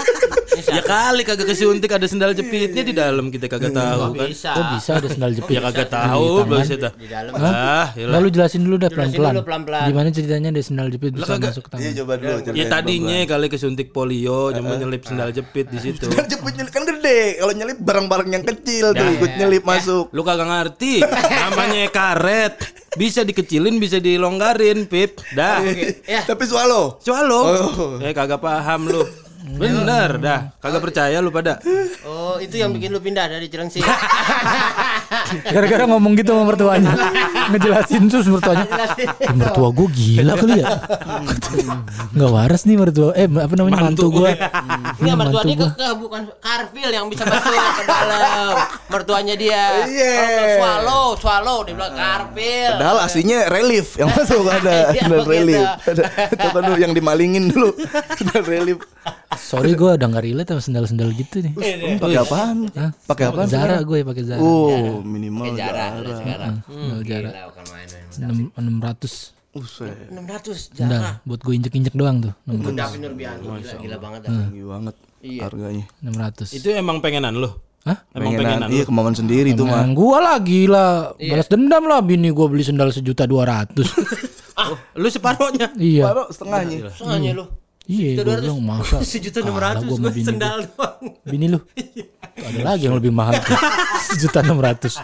S2: Ya kali kagak kesuntik ada sendal jepitnya di dalam kita kagak tahu kan.
S4: Bisa.
S1: Oh bisa ada sendal jepit.
S2: Ya kagak tahu bahasa dah.
S4: Di dalam.
S2: Ah,
S1: Lah
S2: yalah.
S1: lu jelasin dulu dah
S4: Jelasin
S1: pelan-pelan.
S4: dulu pelan-pelan.
S1: Gimana ceritanya ada sendal jepit bisa
S2: kagak-
S1: masuk ke tangan?
S3: Iya coba dulu.
S2: Ya
S3: ceritain
S2: tadinya kali kesuntik polio, cuma nyelip sendal jepit di situ.
S3: pelan-pelan. Kan jepit nyelip kan gede. Kalau nyelip barang-barang yang kecil tuh ikut nyelip masuk.
S2: Lu kagak ngerti. Namanya karet. Bisa dikecilin, bisa dilonggarin, Pip. Dah.
S4: Ya.
S3: Tapi swallow.
S2: Soalo.
S3: Oh.
S2: Eh kagak paham lu. Bener dah. Kagak percaya lu pada.
S4: Oh, itu yang bikin lu pindah dari Cilengsi.
S1: Gara-gara ngomong gitu sama mertuanya. Ngejelasin terus mertuanya. "Eh, mertua gue gila kali ya. Enggak waras nih mertua. Eh apa namanya mantu gue.
S4: Ini mertua dia ke, ke bukan Karfil yang bisa masuk ke dalam. Mertuanya dia.
S3: Iya.
S4: Kalau swallow, swallow dia bilang Karfil.
S3: Padahal aslinya relief yang masuk ada
S4: Iya,
S3: dan
S4: begitu.
S3: relief. Ada itu kan yang dimalingin dulu. Dan relief.
S1: Sorry gue udah nggak relate sama sendal-sendal gitu nih.
S3: Pakai apaan? Pakai apaan?
S1: Zara gue pakai Zara.
S3: Oh, minimal
S4: Jarang
S3: Zara.
S4: sekarang.
S1: Sendal Zara.
S4: Gila, bukan main-main.
S1: Enam enam ratus
S3: Buset,
S4: enam ratus
S1: sendal
S4: Zara.
S1: buat gue injek-injek doang tuh. enam ratus.
S4: Davi Nurbiani gila, gila banget dah.
S3: tinggi banget
S4: Iya.
S3: harganya.
S1: enam ratus.
S2: Itu emang pengenan lu?
S1: Hah?
S2: Emang
S3: Pengenan,
S2: pengenan
S3: iya
S2: lu?
S3: kemauan sendiri itu mah.
S1: Emang gua lah gila. Balas dendam lah bini gua beli sendal sejuta dua ratus.
S2: Oh, lu separohnya.
S1: Iya.
S3: Baru setengahnya.
S4: Soalnya lu
S1: Iya, gua bilang masa
S4: sejuta enam
S1: kalah
S4: ratus
S1: gua sama bini
S4: sendal
S1: gua.
S4: doang.
S1: Bini lu. Ada lagi yang lebih mahal tuh. Sejuta enam ratus.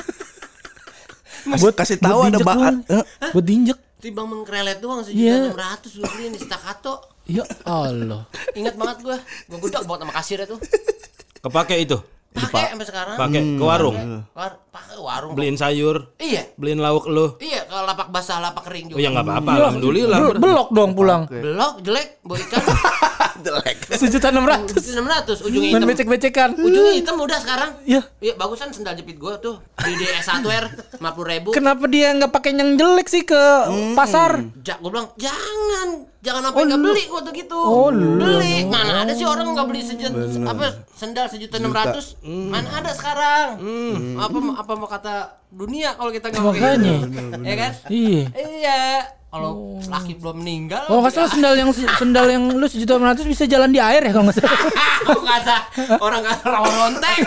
S3: Buat kasih tahu ada baat. Eh,
S1: Buat diinjek.
S4: Timbang mengkrelet doang sejuta
S1: Iya.
S4: enam ratus gue beli nih staccato.
S1: Ya Allah.
S4: Ingat banget gue, gue gudak banget sama kasirnya tuh.
S2: Kepake itu.
S4: Pakai sampai sekarang.
S2: Pakai ke warung.
S4: War- Pakai warung.
S2: Beliin sayur,
S4: Iya.
S2: beliin lauk lu.
S4: Iya, kalau lapak basah, lapak kering
S2: Oh
S4: juga.
S2: ya enggak apa-apa, alhamdulillah.
S1: Bel- belok dong pulang.
S4: Belok, jelek, bau ikan.
S1: Sejuta enam ratus.
S4: enam ratus, ujungnya
S1: Main
S4: hitam.
S1: becek-becekan.
S4: Ujungnya hitam udah sekarang.
S1: Iya.
S4: Iya, bagusan sendal jepit gue tuh. Di D S satu R, lima puluh ribu.
S1: Kenapa dia nggak pakai yang jelek sih ke pasar?
S4: Ja, gue bilang, jangan. Jangan sampai nggak beli gue tuh gitu.
S1: Oh, lu.
S4: beli. Mana ada sih orang nggak beli sejuta apa sendal sejuta enam ratus? Mana ada sekarang? Apa apa mau kata dunia kalau kita nggak pakai
S1: Makanya.
S4: gitu. Ya kan?
S1: Iya.
S4: Iya. Kalau laki belum meninggal.
S1: Oh nggak salah sendal yang sendal yang lu sejuta enam ratus bisa jalan di air ya kalau nggak salah.
S4: Aku kata orang kata rawan lonteng.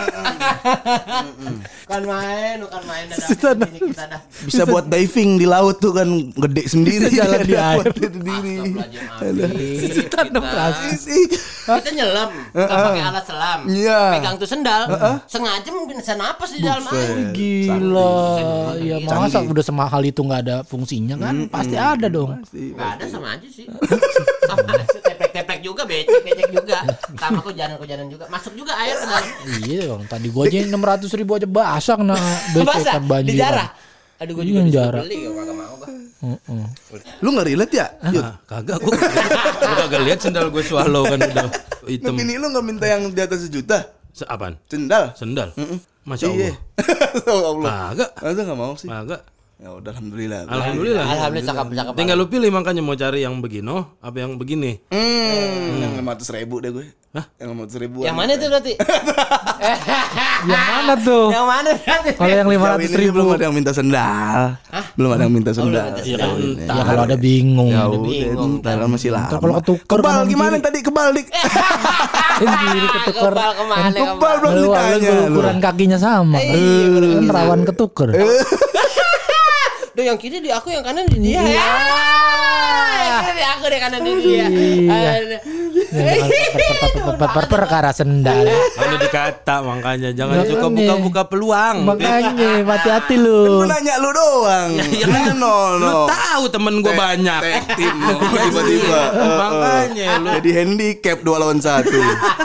S4: Kan main, bukan main ada
S1: Sejuta
S4: ini kita dah.
S3: bisa buat diving di laut tuh kan gede sendiri.
S1: Bisa jalan di air.
S3: Buat sendiri.
S4: Astagfirullahaladzim,
S1: Sejuta
S4: Afif.
S1: enam
S4: Kita-
S1: ratus.
S3: Sih.
S4: Kita nyelam, nggak pakai alat selam,
S3: Iya.
S4: pegang tuh sendal, sengaja mungkin bisa napas di dalam air.
S1: Gila. Ya masa udah semahal itu nggak ada fungsinya kan? Pasti ada dong.
S4: Gak ada sama aja sih. Sama aja, teplek-teplek juga, becek-becek juga. Sama kejanan-kejanan juga, masuk juga air ke dalam.
S1: Iya bang. Tadi gua aja enam ratus ribu aja basah kena
S4: Masa
S1: becekan banjir.
S4: di jarah. Aduh gue
S1: Iya,
S4: juga disuruh
S1: jarah.
S4: beli, gue kagak mau gua.
S1: Heeh.
S3: Lu nggak relate ya? Yud?
S2: Ah, kagak gua. Gua kagak lihat sendal gue swallow kan udah hitam.
S3: Bini lu nggak minta yang di atas sejuta?
S2: Se- Apaan?
S3: Sendal?
S2: Sendal. Masya
S3: Iya.
S2: Allah.
S3: Allah.
S2: Kagak.
S3: Masa nggak mau sih?
S2: Kagak.
S3: Ya udah alhamdulillah.
S2: Alhamdulillah.
S4: Alhamdulillah cakep-cakep.
S2: Tinggal lu pilih makanya mau cari yang begino apa yang begini.
S3: Hmm, yang lima ratus ribu deh gue.
S2: Hah?
S3: Yang lima ratus ribu.
S4: Yang mana itu berarti?
S1: Yang mana tuh?
S4: Yang mana berarti?
S1: Kalau yang lima ratus
S3: Ini
S1: ribu.
S3: belum ada yang minta sendal. Belum ada yang minta sendal.
S4: minta
S2: Iya kan.
S1: Ya kalau ada bingung.
S3: Ya
S4: bingung,
S3: udah, ntar kan masih lama.
S1: Ntar kalau ketuker
S3: Kebal
S1: kanan
S3: gimana
S1: kiri.
S3: tadi kebal dik?
S1: Sendiri ketuker.
S4: Kebal kemana?
S3: Kebal belum
S1: Lu
S3: ditanya.
S1: lu
S3: lu.
S1: ukuran kakinya sama. Kan rawan ketuker.
S4: Duh yang kiri di aku, yang kanan di dia. Ya. Yang kiri di aku, yang kanan di dia.
S1: Iya.
S4: Aduh.
S1: Perkara sendal.
S2: Kalau dikata makanya jangan
S1: Makanya.
S2: suka buka-buka peluang.
S1: Makanya hati-hati
S3: Gue
S1: lu.
S3: nanya lu doang.
S2: Ya kan
S3: no
S2: lu
S3: no.
S2: tahu temen gue banyak.
S3: Tag team no. Tiba-tiba. Eh, eh.
S2: Makanya lu.
S3: Jadi handicap dua lawan satu.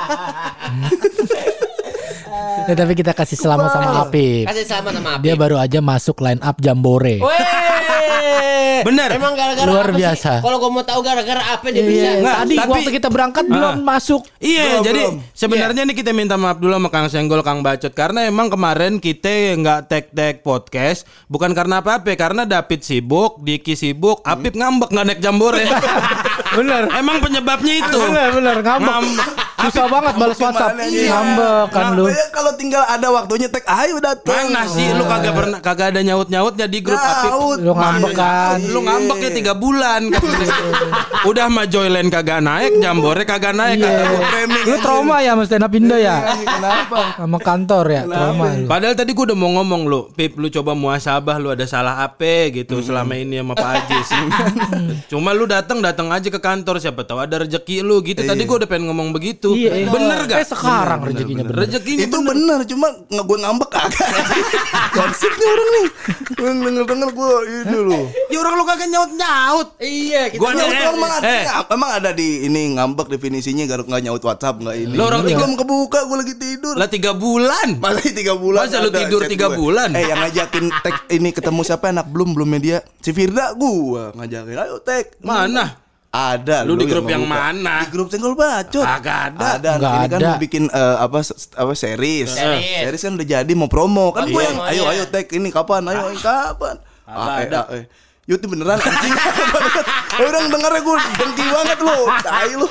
S1: Ya, tapi kita kasih selamat sama Apip.
S4: Kasih selamat sama Apip.
S1: Dia baru aja masuk line up Jambore.
S4: Weh.
S2: Bener.
S4: Emang gara-gara
S1: Luar
S4: apa sih?
S1: biasa.
S4: Kalau gue mau tahu gara-gara apa dia
S1: Iya,
S4: bisa.
S2: Nggak,
S1: tadi
S2: tapi-
S1: waktu kita berangkat belum masuk.
S2: Iya,
S3: Belum,
S2: jadi
S3: belum.
S2: sebenarnya nih kita minta maaf dulu sama Kang Senggol, Kang Bacot karena emang kemarin kita nggak tag-tag podcast bukan karena apa-apa, karena David sibuk, Diki sibuk, Apip ngambek nggak naik Jambore.
S1: Bener.
S2: Emang penyebabnya itu.
S1: Bener bener ngambek.
S2: Ngambek.
S1: Susah banget balas WhatsApp.
S3: Gimana nih?
S1: Ngambek kan lu.
S3: Nah, kalau tinggal ada waktunya tag ayo datang.
S2: Mana sih lu kagak pernah kagak ada nyaut-nyautnya di grup Apip.
S3: Nyaut.
S1: Lu ngambek kan.
S2: Lu ngambeknya tiga bulan kan. Udah mah Joyland kagak naik, Jambore kagak naik.
S1: Iya.
S2: kagak-
S1: Lu trauma ya sama stand up Indo ya?
S3: Kenapa?
S1: Sama kantor ya, trauma lu.
S2: Padahal tadi gua udah mau ngomong lu, Pip, lu coba muasabah, lu ada salah apa gitu selama ini sama Pak Ajis. Cuma lu datang datang aja ke kantor, siapa tahu ada rezeki lu gitu. Tadi gua udah pengen ngomong begitu. itu.
S1: Iya,
S2: bener gak?
S1: Eh sekarang rezekinya bener.
S2: Rezekinya
S3: Itu bener, cuma nggak gue ngambek kagak. Bangsat nih orang nih. Gue denger-denger gue ini loh.
S2: Ya orang lu kagak nyaut-nyaut.
S4: Iya, kita
S2: Gua
S3: Nyaut
S2: eh,
S3: emang ada,
S2: eh.
S3: emang ada di ini ngambek definisinya garuk nggak nyaut WhatsApp nggak ini.
S2: Lo orang tiga-
S3: belum kebuka gue lagi tidur.
S2: Lah tiga bulan.
S3: Malah tiga bulan.
S2: Masa lu
S3: ada
S2: tidur
S3: chat
S2: tiga
S3: gue.
S2: bulan?
S3: Eh yang ngajakin tag ini ketemu siapa anak belum belum media si Firda gue ngajakin ayo tag
S2: Mana?
S3: ada
S2: Lu di grup
S3: nggak
S2: yang
S3: buka.
S2: mana?
S3: Di grup Senggol Bacot
S2: Kagak ada.
S3: ada
S1: Nggak
S3: ini kan
S1: ada.
S3: mau bikin eh, apa s- apa series
S4: Series.
S3: series kan udah jadi mau promo kan
S4: Oh,
S3: gue
S4: iya.
S3: yang
S4: Oh,
S3: ayo
S4: iya.
S3: ayo tag ini kapan ayo ayo, kapan ah, eh,
S2: ada.
S3: ah, eh. Yuk itu beneran anjing. Orang dengarnya gue dengki banget lu. Tai lu.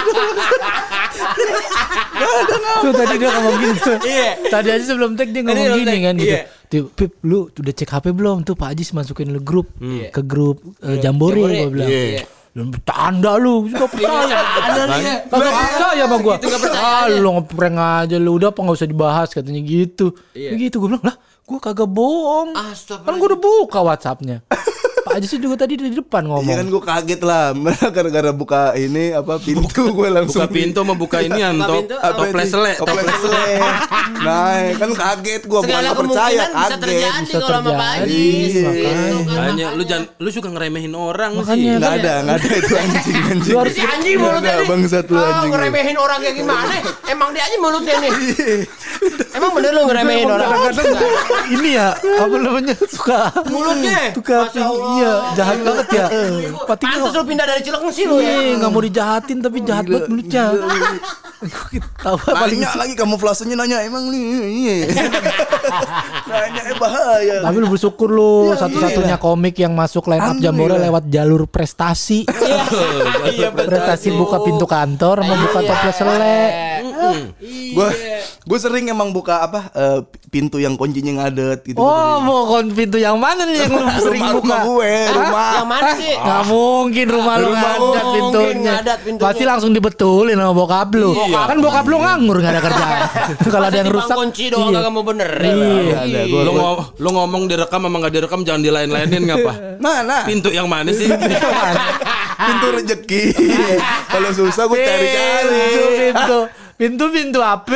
S1: Tuh tadi dia ngomong gitu.
S4: Iya.
S1: Tadi aja sebelum tag dia ngomong
S4: sebelum
S1: gini
S4: tag,
S1: kan gitu.
S4: iya.
S1: Tuh, Pip, lu udah cek H P belum? Tuh Pak Ajis masukin lu grup
S4: Iya.
S1: ke grup eh, Jambore
S4: Jambore.
S1: gua bilang.
S4: Iya.
S1: Lu bercanda lu, juga percaya.
S4: Ada dia.
S1: Kagak percaya sama gua.
S4: Gitu, nggak percaya
S1: Ah,
S4: aja.
S1: lu ngeprank aja lu, udah apa enggak usah dibahas katanya gitu.
S4: Iya.
S1: Begitu gua bilang, "Lah, gua kagak bohong."
S4: Astagfirullah.
S1: Kan gua udah buka WhatsApp-nya. Pak Ajis juga tadi di depan
S3: Iya
S1: ngomong.
S3: kan gue kaget lah. Gara-gara buka ini apa pintu gue langsung
S2: Buka pintu mau buka ini anto
S4: pintu,
S3: apa
S2: toples
S3: itu?
S2: sele.
S3: Toples sele. Nah, kan kaget gue bukan
S4: Segala
S3: nggak percaya,
S4: kemungkinan bisa
S3: kaget.
S4: terjadi
S1: Bisa
S4: kalau sama Pak
S1: terjadi,
S4: Ajis.
S1: makanya.
S4: Gitu kan,
S2: Makanya lu
S4: makanya.
S2: jangan lu suka ngeremehin orang
S1: Makanya.
S2: sih.
S3: Nggak ada, nggak ada itu anjing anjing.
S1: Lu harus
S4: Si anjing
S3: Nggak
S4: mulutnya
S3: ada,
S4: nih.
S3: bangsat lu
S4: Ah,
S3: anjing.
S4: ngeremehin orang kayak gimana? Emang dia aja mulutnya nih. Emang bener lu ngeremehin orang?
S1: Kadang-kadang ini ya apa namanya suka
S4: Mulutnya.
S1: suka
S4: Masya Allah.
S1: iya jahat banget ya. Patinya
S4: Pantes lu pindah dari Cilengsi lu ya.
S1: Iya, nggak mau dijahatin tapi jahat banget mulutnya. Tahu apa paling
S3: Nanya lagi kamuflasenya nanya emang nih. Iya. Nanya eh bahaya.
S1: tapi lu bersyukur lu satu-satunya komik yang masuk line up Jambore
S3: Alhamdulillah.
S1: lewat jalur prestasi.
S4: Iya,
S1: Prestasi buka pintu kantor sama buka toples sele.
S3: Gue gue sering emang buka apa eh, pintu yang kuncinya ngadet gitu.
S1: Oh, mau kon pintu yang mana nih yang lu sering
S3: rumah,
S1: buka?
S3: rumah gue, rumah.
S4: Yang mana sih?
S1: Nggak mungkin rumah lu
S4: Rumah
S1: ngadat
S4: mungkin
S1: pintunya.
S4: ngadat pintunya.
S1: Pasti langsung dibetulin sama bokap lu. Kan bokap lu nganggur nggak ada kerjaan. Kalau ada yang
S4: Masa
S1: rusak.
S4: dibang kunci doang
S1: iya.
S4: kagak mau bener.
S1: Iya.
S3: Ada, gua-
S2: Lu, ngo- lu ngomong direkam sama enggak direkam jangan dilain-lainin ngapa?
S3: Mana?
S2: Pintu yang mana sih?
S3: Pintu rezeki. Kalau susah gue cari-cari.
S1: Pintu, pintu, pintu, pintu apa?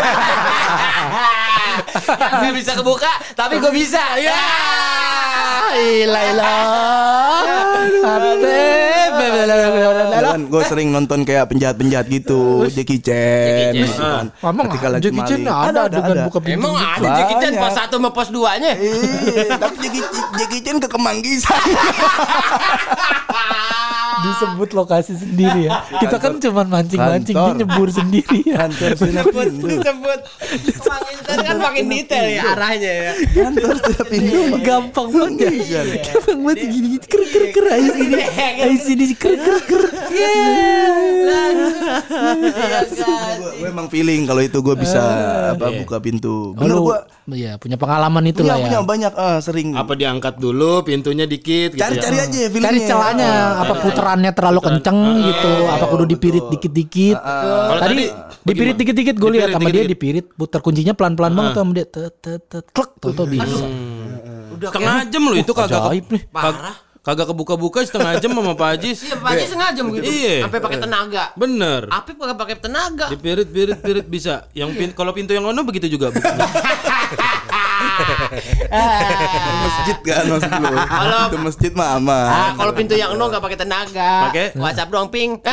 S4: Gak bisa kebuka, tapi gue bisa. Ya.
S1: Ilah ilah.
S3: Kan gue sering nonton kayak penjahat-penjahat gitu, Jackie Chan.
S4: Jackie Chan.
S3: gitu kan.
S1: Emang
S3: Ketika lagi
S1: Jackie Chan
S3: maling.
S1: ada adegan buka pintu.
S4: Emang
S1: gitu.
S4: ada Jackie Chan
S3: Banyak.
S4: pos satu sama pos duanya.
S3: Iya, tapi Jackie, Jackie Chan ke Kemanggisan.
S1: Disebut lokasi sendiri ya. Kita kan cuma mancing-mancing, dia
S3: Kantor.
S1: nyebur sendiri ya.
S3: Kantor Sinapindo.
S4: Disebut. Makin kan makin detail ya arahnya ya.
S3: Kantor Sinapindo.
S1: Gampang banget ya. Gampang banget gini ker ker ker ayo sini. Ayo sini ker ker ker.
S3: Gue emang feeling kalau itu gue bisa apa buka pintu. Bener
S1: Lu
S3: gue
S1: iya punya pengalaman
S3: punya
S1: itulah
S3: punya
S1: ya.
S3: banyak ah, sering.
S2: Apa diangkat dulu pintunya dikit gitu
S3: Cari-cari
S2: ya?
S3: aja feelingnya.
S1: Cari celahnya, apa puterannya terlalu kenceng gitu, apa kudu dipirit dikit-dikit.
S2: Kalau
S1: Tadi
S2: tadi
S1: dipirit dikit-dikit gue lihat
S2: Dipirit
S1: sama dia
S2: dikit-dikit.
S1: dipirit, putar kuncinya pelan-pelan banget tuh sama dia. Tet tet tet klek tuh bisa.
S2: setengah jam loh itu kagak
S1: ajaib nih.
S2: Kagak, kagak kebuka-buka setengah jam sama Pak Ajis.
S4: Iya, Pak Haji sengaja begitu.
S2: Iya.
S4: Sampai pakai tenaga.
S2: Bener.
S4: Apip kagak pakai tenaga.
S2: Dipirit, pirit, pirit bisa. Yang pin, kalau pintu yang ono begitu juga. bukanya.
S3: Masjid kan maksud lu.
S4: Kalau-
S3: Itu masjid mah aman.
S4: Ah, kalau pintu yang no nggak pakai tenaga.
S2: Pakai?
S4: WhatsApp doang ping.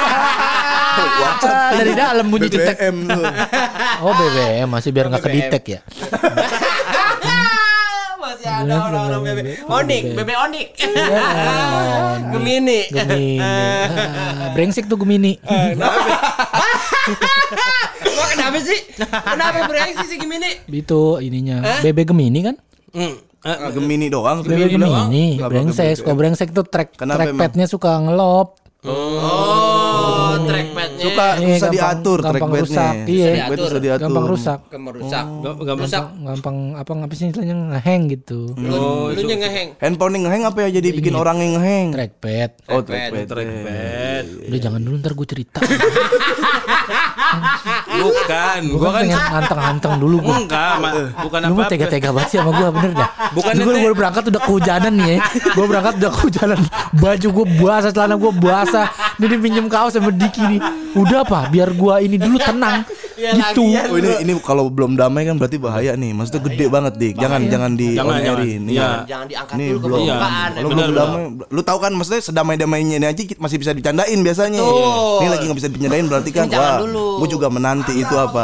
S1: Ah, dari dalam bunyi
S3: B B
S1: cetek.
S3: M tuh.
S1: Oh B B M masih biar nggak kedetek ya.
S4: Masih ada orang-orang bebe. Onik, bebe onik. Gemini.
S1: Gemini. Ah, brengsek tuh Gemini.
S4: Gua kenapa sih? Kenapa bereaksi sih Gemini?
S1: Itu ininya. B B Gemini kan?
S2: Hmm. Eh,
S3: Gemini doang.
S1: B B Gemini.
S3: Nggak
S1: Brengsek.
S3: pakai
S1: Kalau brengsek tuh track
S3: Kenapa
S1: trackpadnya suka ngelop.
S4: Oh, trackpadnya.
S3: Suka
S1: Iya,
S3: susah
S1: gampang-
S3: diatur
S1: gampang
S3: trackpadnya.
S1: rusak. Iya.
S3: Trackpad susah diatur.
S1: Gampang rusak.
S4: Kamu rusak.
S2: Gak- gak
S4: Rusak.
S1: Gampang apa ngapa sih istilahnya ngehang gitu.
S2: Oh,
S4: Lu nya ngeheng.
S3: Handphone yang ngeheng apa ya jadi bikin orang yang ngeheng?
S1: Trackpad.
S3: Oh,
S4: Trackpad.
S3: trackpad.
S2: trackpad.
S1: Udah jangan dulu ntar gue cerita.
S2: Bukan,
S1: Gue
S2: gua
S1: kan
S2: kan
S1: pengen nganteng-nganteng dulu gue.
S2: enggak, ma- bukan
S1: Lu mah
S2: apa-apa.
S1: tega-tega banget sih sama gue bener dah.
S2: Bukan
S1: gue
S2: ente-
S1: gue berangkat udah kehujanan nih ya. Gue berangkat udah kehujanan. Baju gue basah, celana gue basah. masa ini pinjem kaos sama Diki nih. Udah apa? Biar gua ini dulu tenang.
S4: Ya,
S1: Gitu.
S4: lagian.
S3: Oh ini ini kalau belum damai kan berarti bahaya nih. Maksudnya gede banget dik. Jangan jangan di
S2: Jangan,
S3: onerin.
S2: jangan.
S3: Iya.
S2: Iya.
S4: Jangan diangkat
S3: Nih
S4: dulu ke
S3: belum.
S4: permukaan.
S3: Kalau
S2: Bener,
S3: belum damai, lu tahu kan maksudnya sedamai-damainya ini aja kita masih bisa dicandain biasanya.
S4: Betul.
S3: Ini lagi nggak bisa dicandain berarti kan
S4: Ini jangan
S3: wah,
S4: dulu.
S3: gue juga menanti itu apa.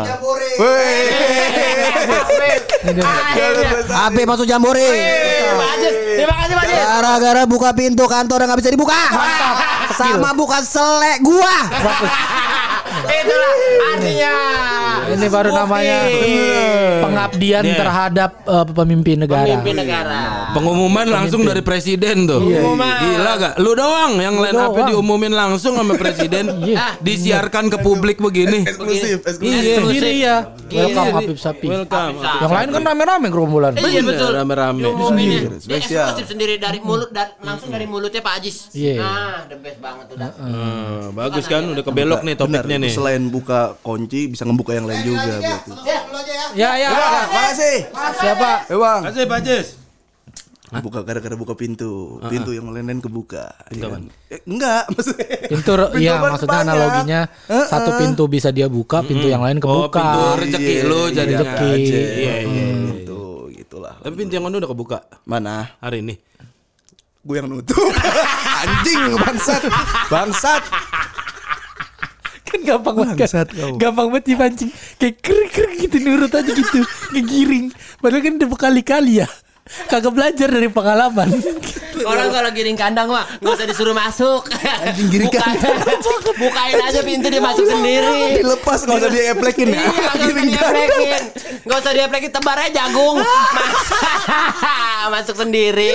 S5: Abe masuk Jambore.
S4: Pak Ajis, terima kasih Pak Ajis.
S5: Gara-gara buka pintu kantor yang nggak bisa dibuka. Sama buka selek gua.
S4: Itulah artinya.
S1: Ini baru namanya pengabdian
S2: Iya.
S1: terhadap uh, pemimpin negara.
S4: Pemimpin negara.
S2: Pengumuman langsung dari presiden tuh.
S4: Pengumuman.
S2: Gila gak? Lu doang yang line up
S1: doang.
S2: diumumin langsung sama presiden.
S1: Iya.
S2: Disiarkan ke publik begini.
S3: Eksklusif, eksklusif.
S1: Iya, sendiri ya.
S4: Gila.
S1: Welcome Habib Sapi.
S2: Welcome.
S1: Yang lain kan rame-rame gerombolan.
S4: Iya
S2: Bener,
S4: betul.
S2: rame-rame.
S4: Diumuminnya. Dia
S3: Spesial.
S4: eksklusif sendiri dari mulut dari, langsung dari mulutnya Pak Ajis.
S1: Iya.
S4: Nah, the best banget udah.
S2: Hmm, bagus kan udah kebelok nih
S3: Benar,
S2: topiknya
S3: itu
S2: nih.
S3: selain buka kunci bisa ngebuka yang lain juga berarti.
S1: Ya, ya.
S3: Makasih.
S1: Siapa?
S3: Eh bang,
S2: Kasih Pak Jis.
S3: buka gara-gara buka pintu, pintu yang lain-lain kebuka.
S2: Pintu
S3: Iya kan? Eh, enggak, maksudnya.
S1: Pintu, ya
S3: kan
S1: maksudnya
S3: banyak.
S1: analoginya satu pintu bisa dia buka, pintu yang lain
S2: Oh,
S1: kebuka.
S2: pintu rezeki lu jadi
S1: rezeki.
S2: aja. Iya, iya.
S3: Gitu, gitulah.
S2: Tapi pintu yang mana udah kebuka
S3: Mana?
S2: hari ini.
S3: Gue yang nutup. Anjing bangsat. Bangsat.
S1: Kan gampang banget
S3: Bangsat
S1: kan?
S3: kau.
S1: Gampang banget dipancing. Kayak kering-kering gitu nurut aja gitu. Ngegiring. Padahal kan udah berkali-kali ya. Kagak belajar dari pengalaman.
S4: Orang kalau giring kandang mah nggak usah disuruh masuk.
S3: Anjing giring
S4: Bukain-
S3: kandang.
S4: Bukain aja pintu dia masuk sendiri.
S3: Dilepas nggak usah dieplekin ya.
S4: Iya, nggak usah dieplekin. Nggak usah dieplekin, tebar aja jagung. Mas- Masuk sendiri.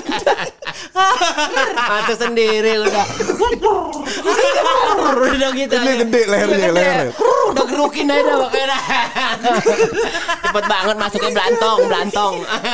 S4: Masuk sendiri udah. Udah gitu
S3: Ini
S4: aja.
S3: gede lehernya,
S4: Iya, gede.
S3: lehernya.
S4: Udah gerukin aja makanya. Cepet banget masuknya belantong, belantong.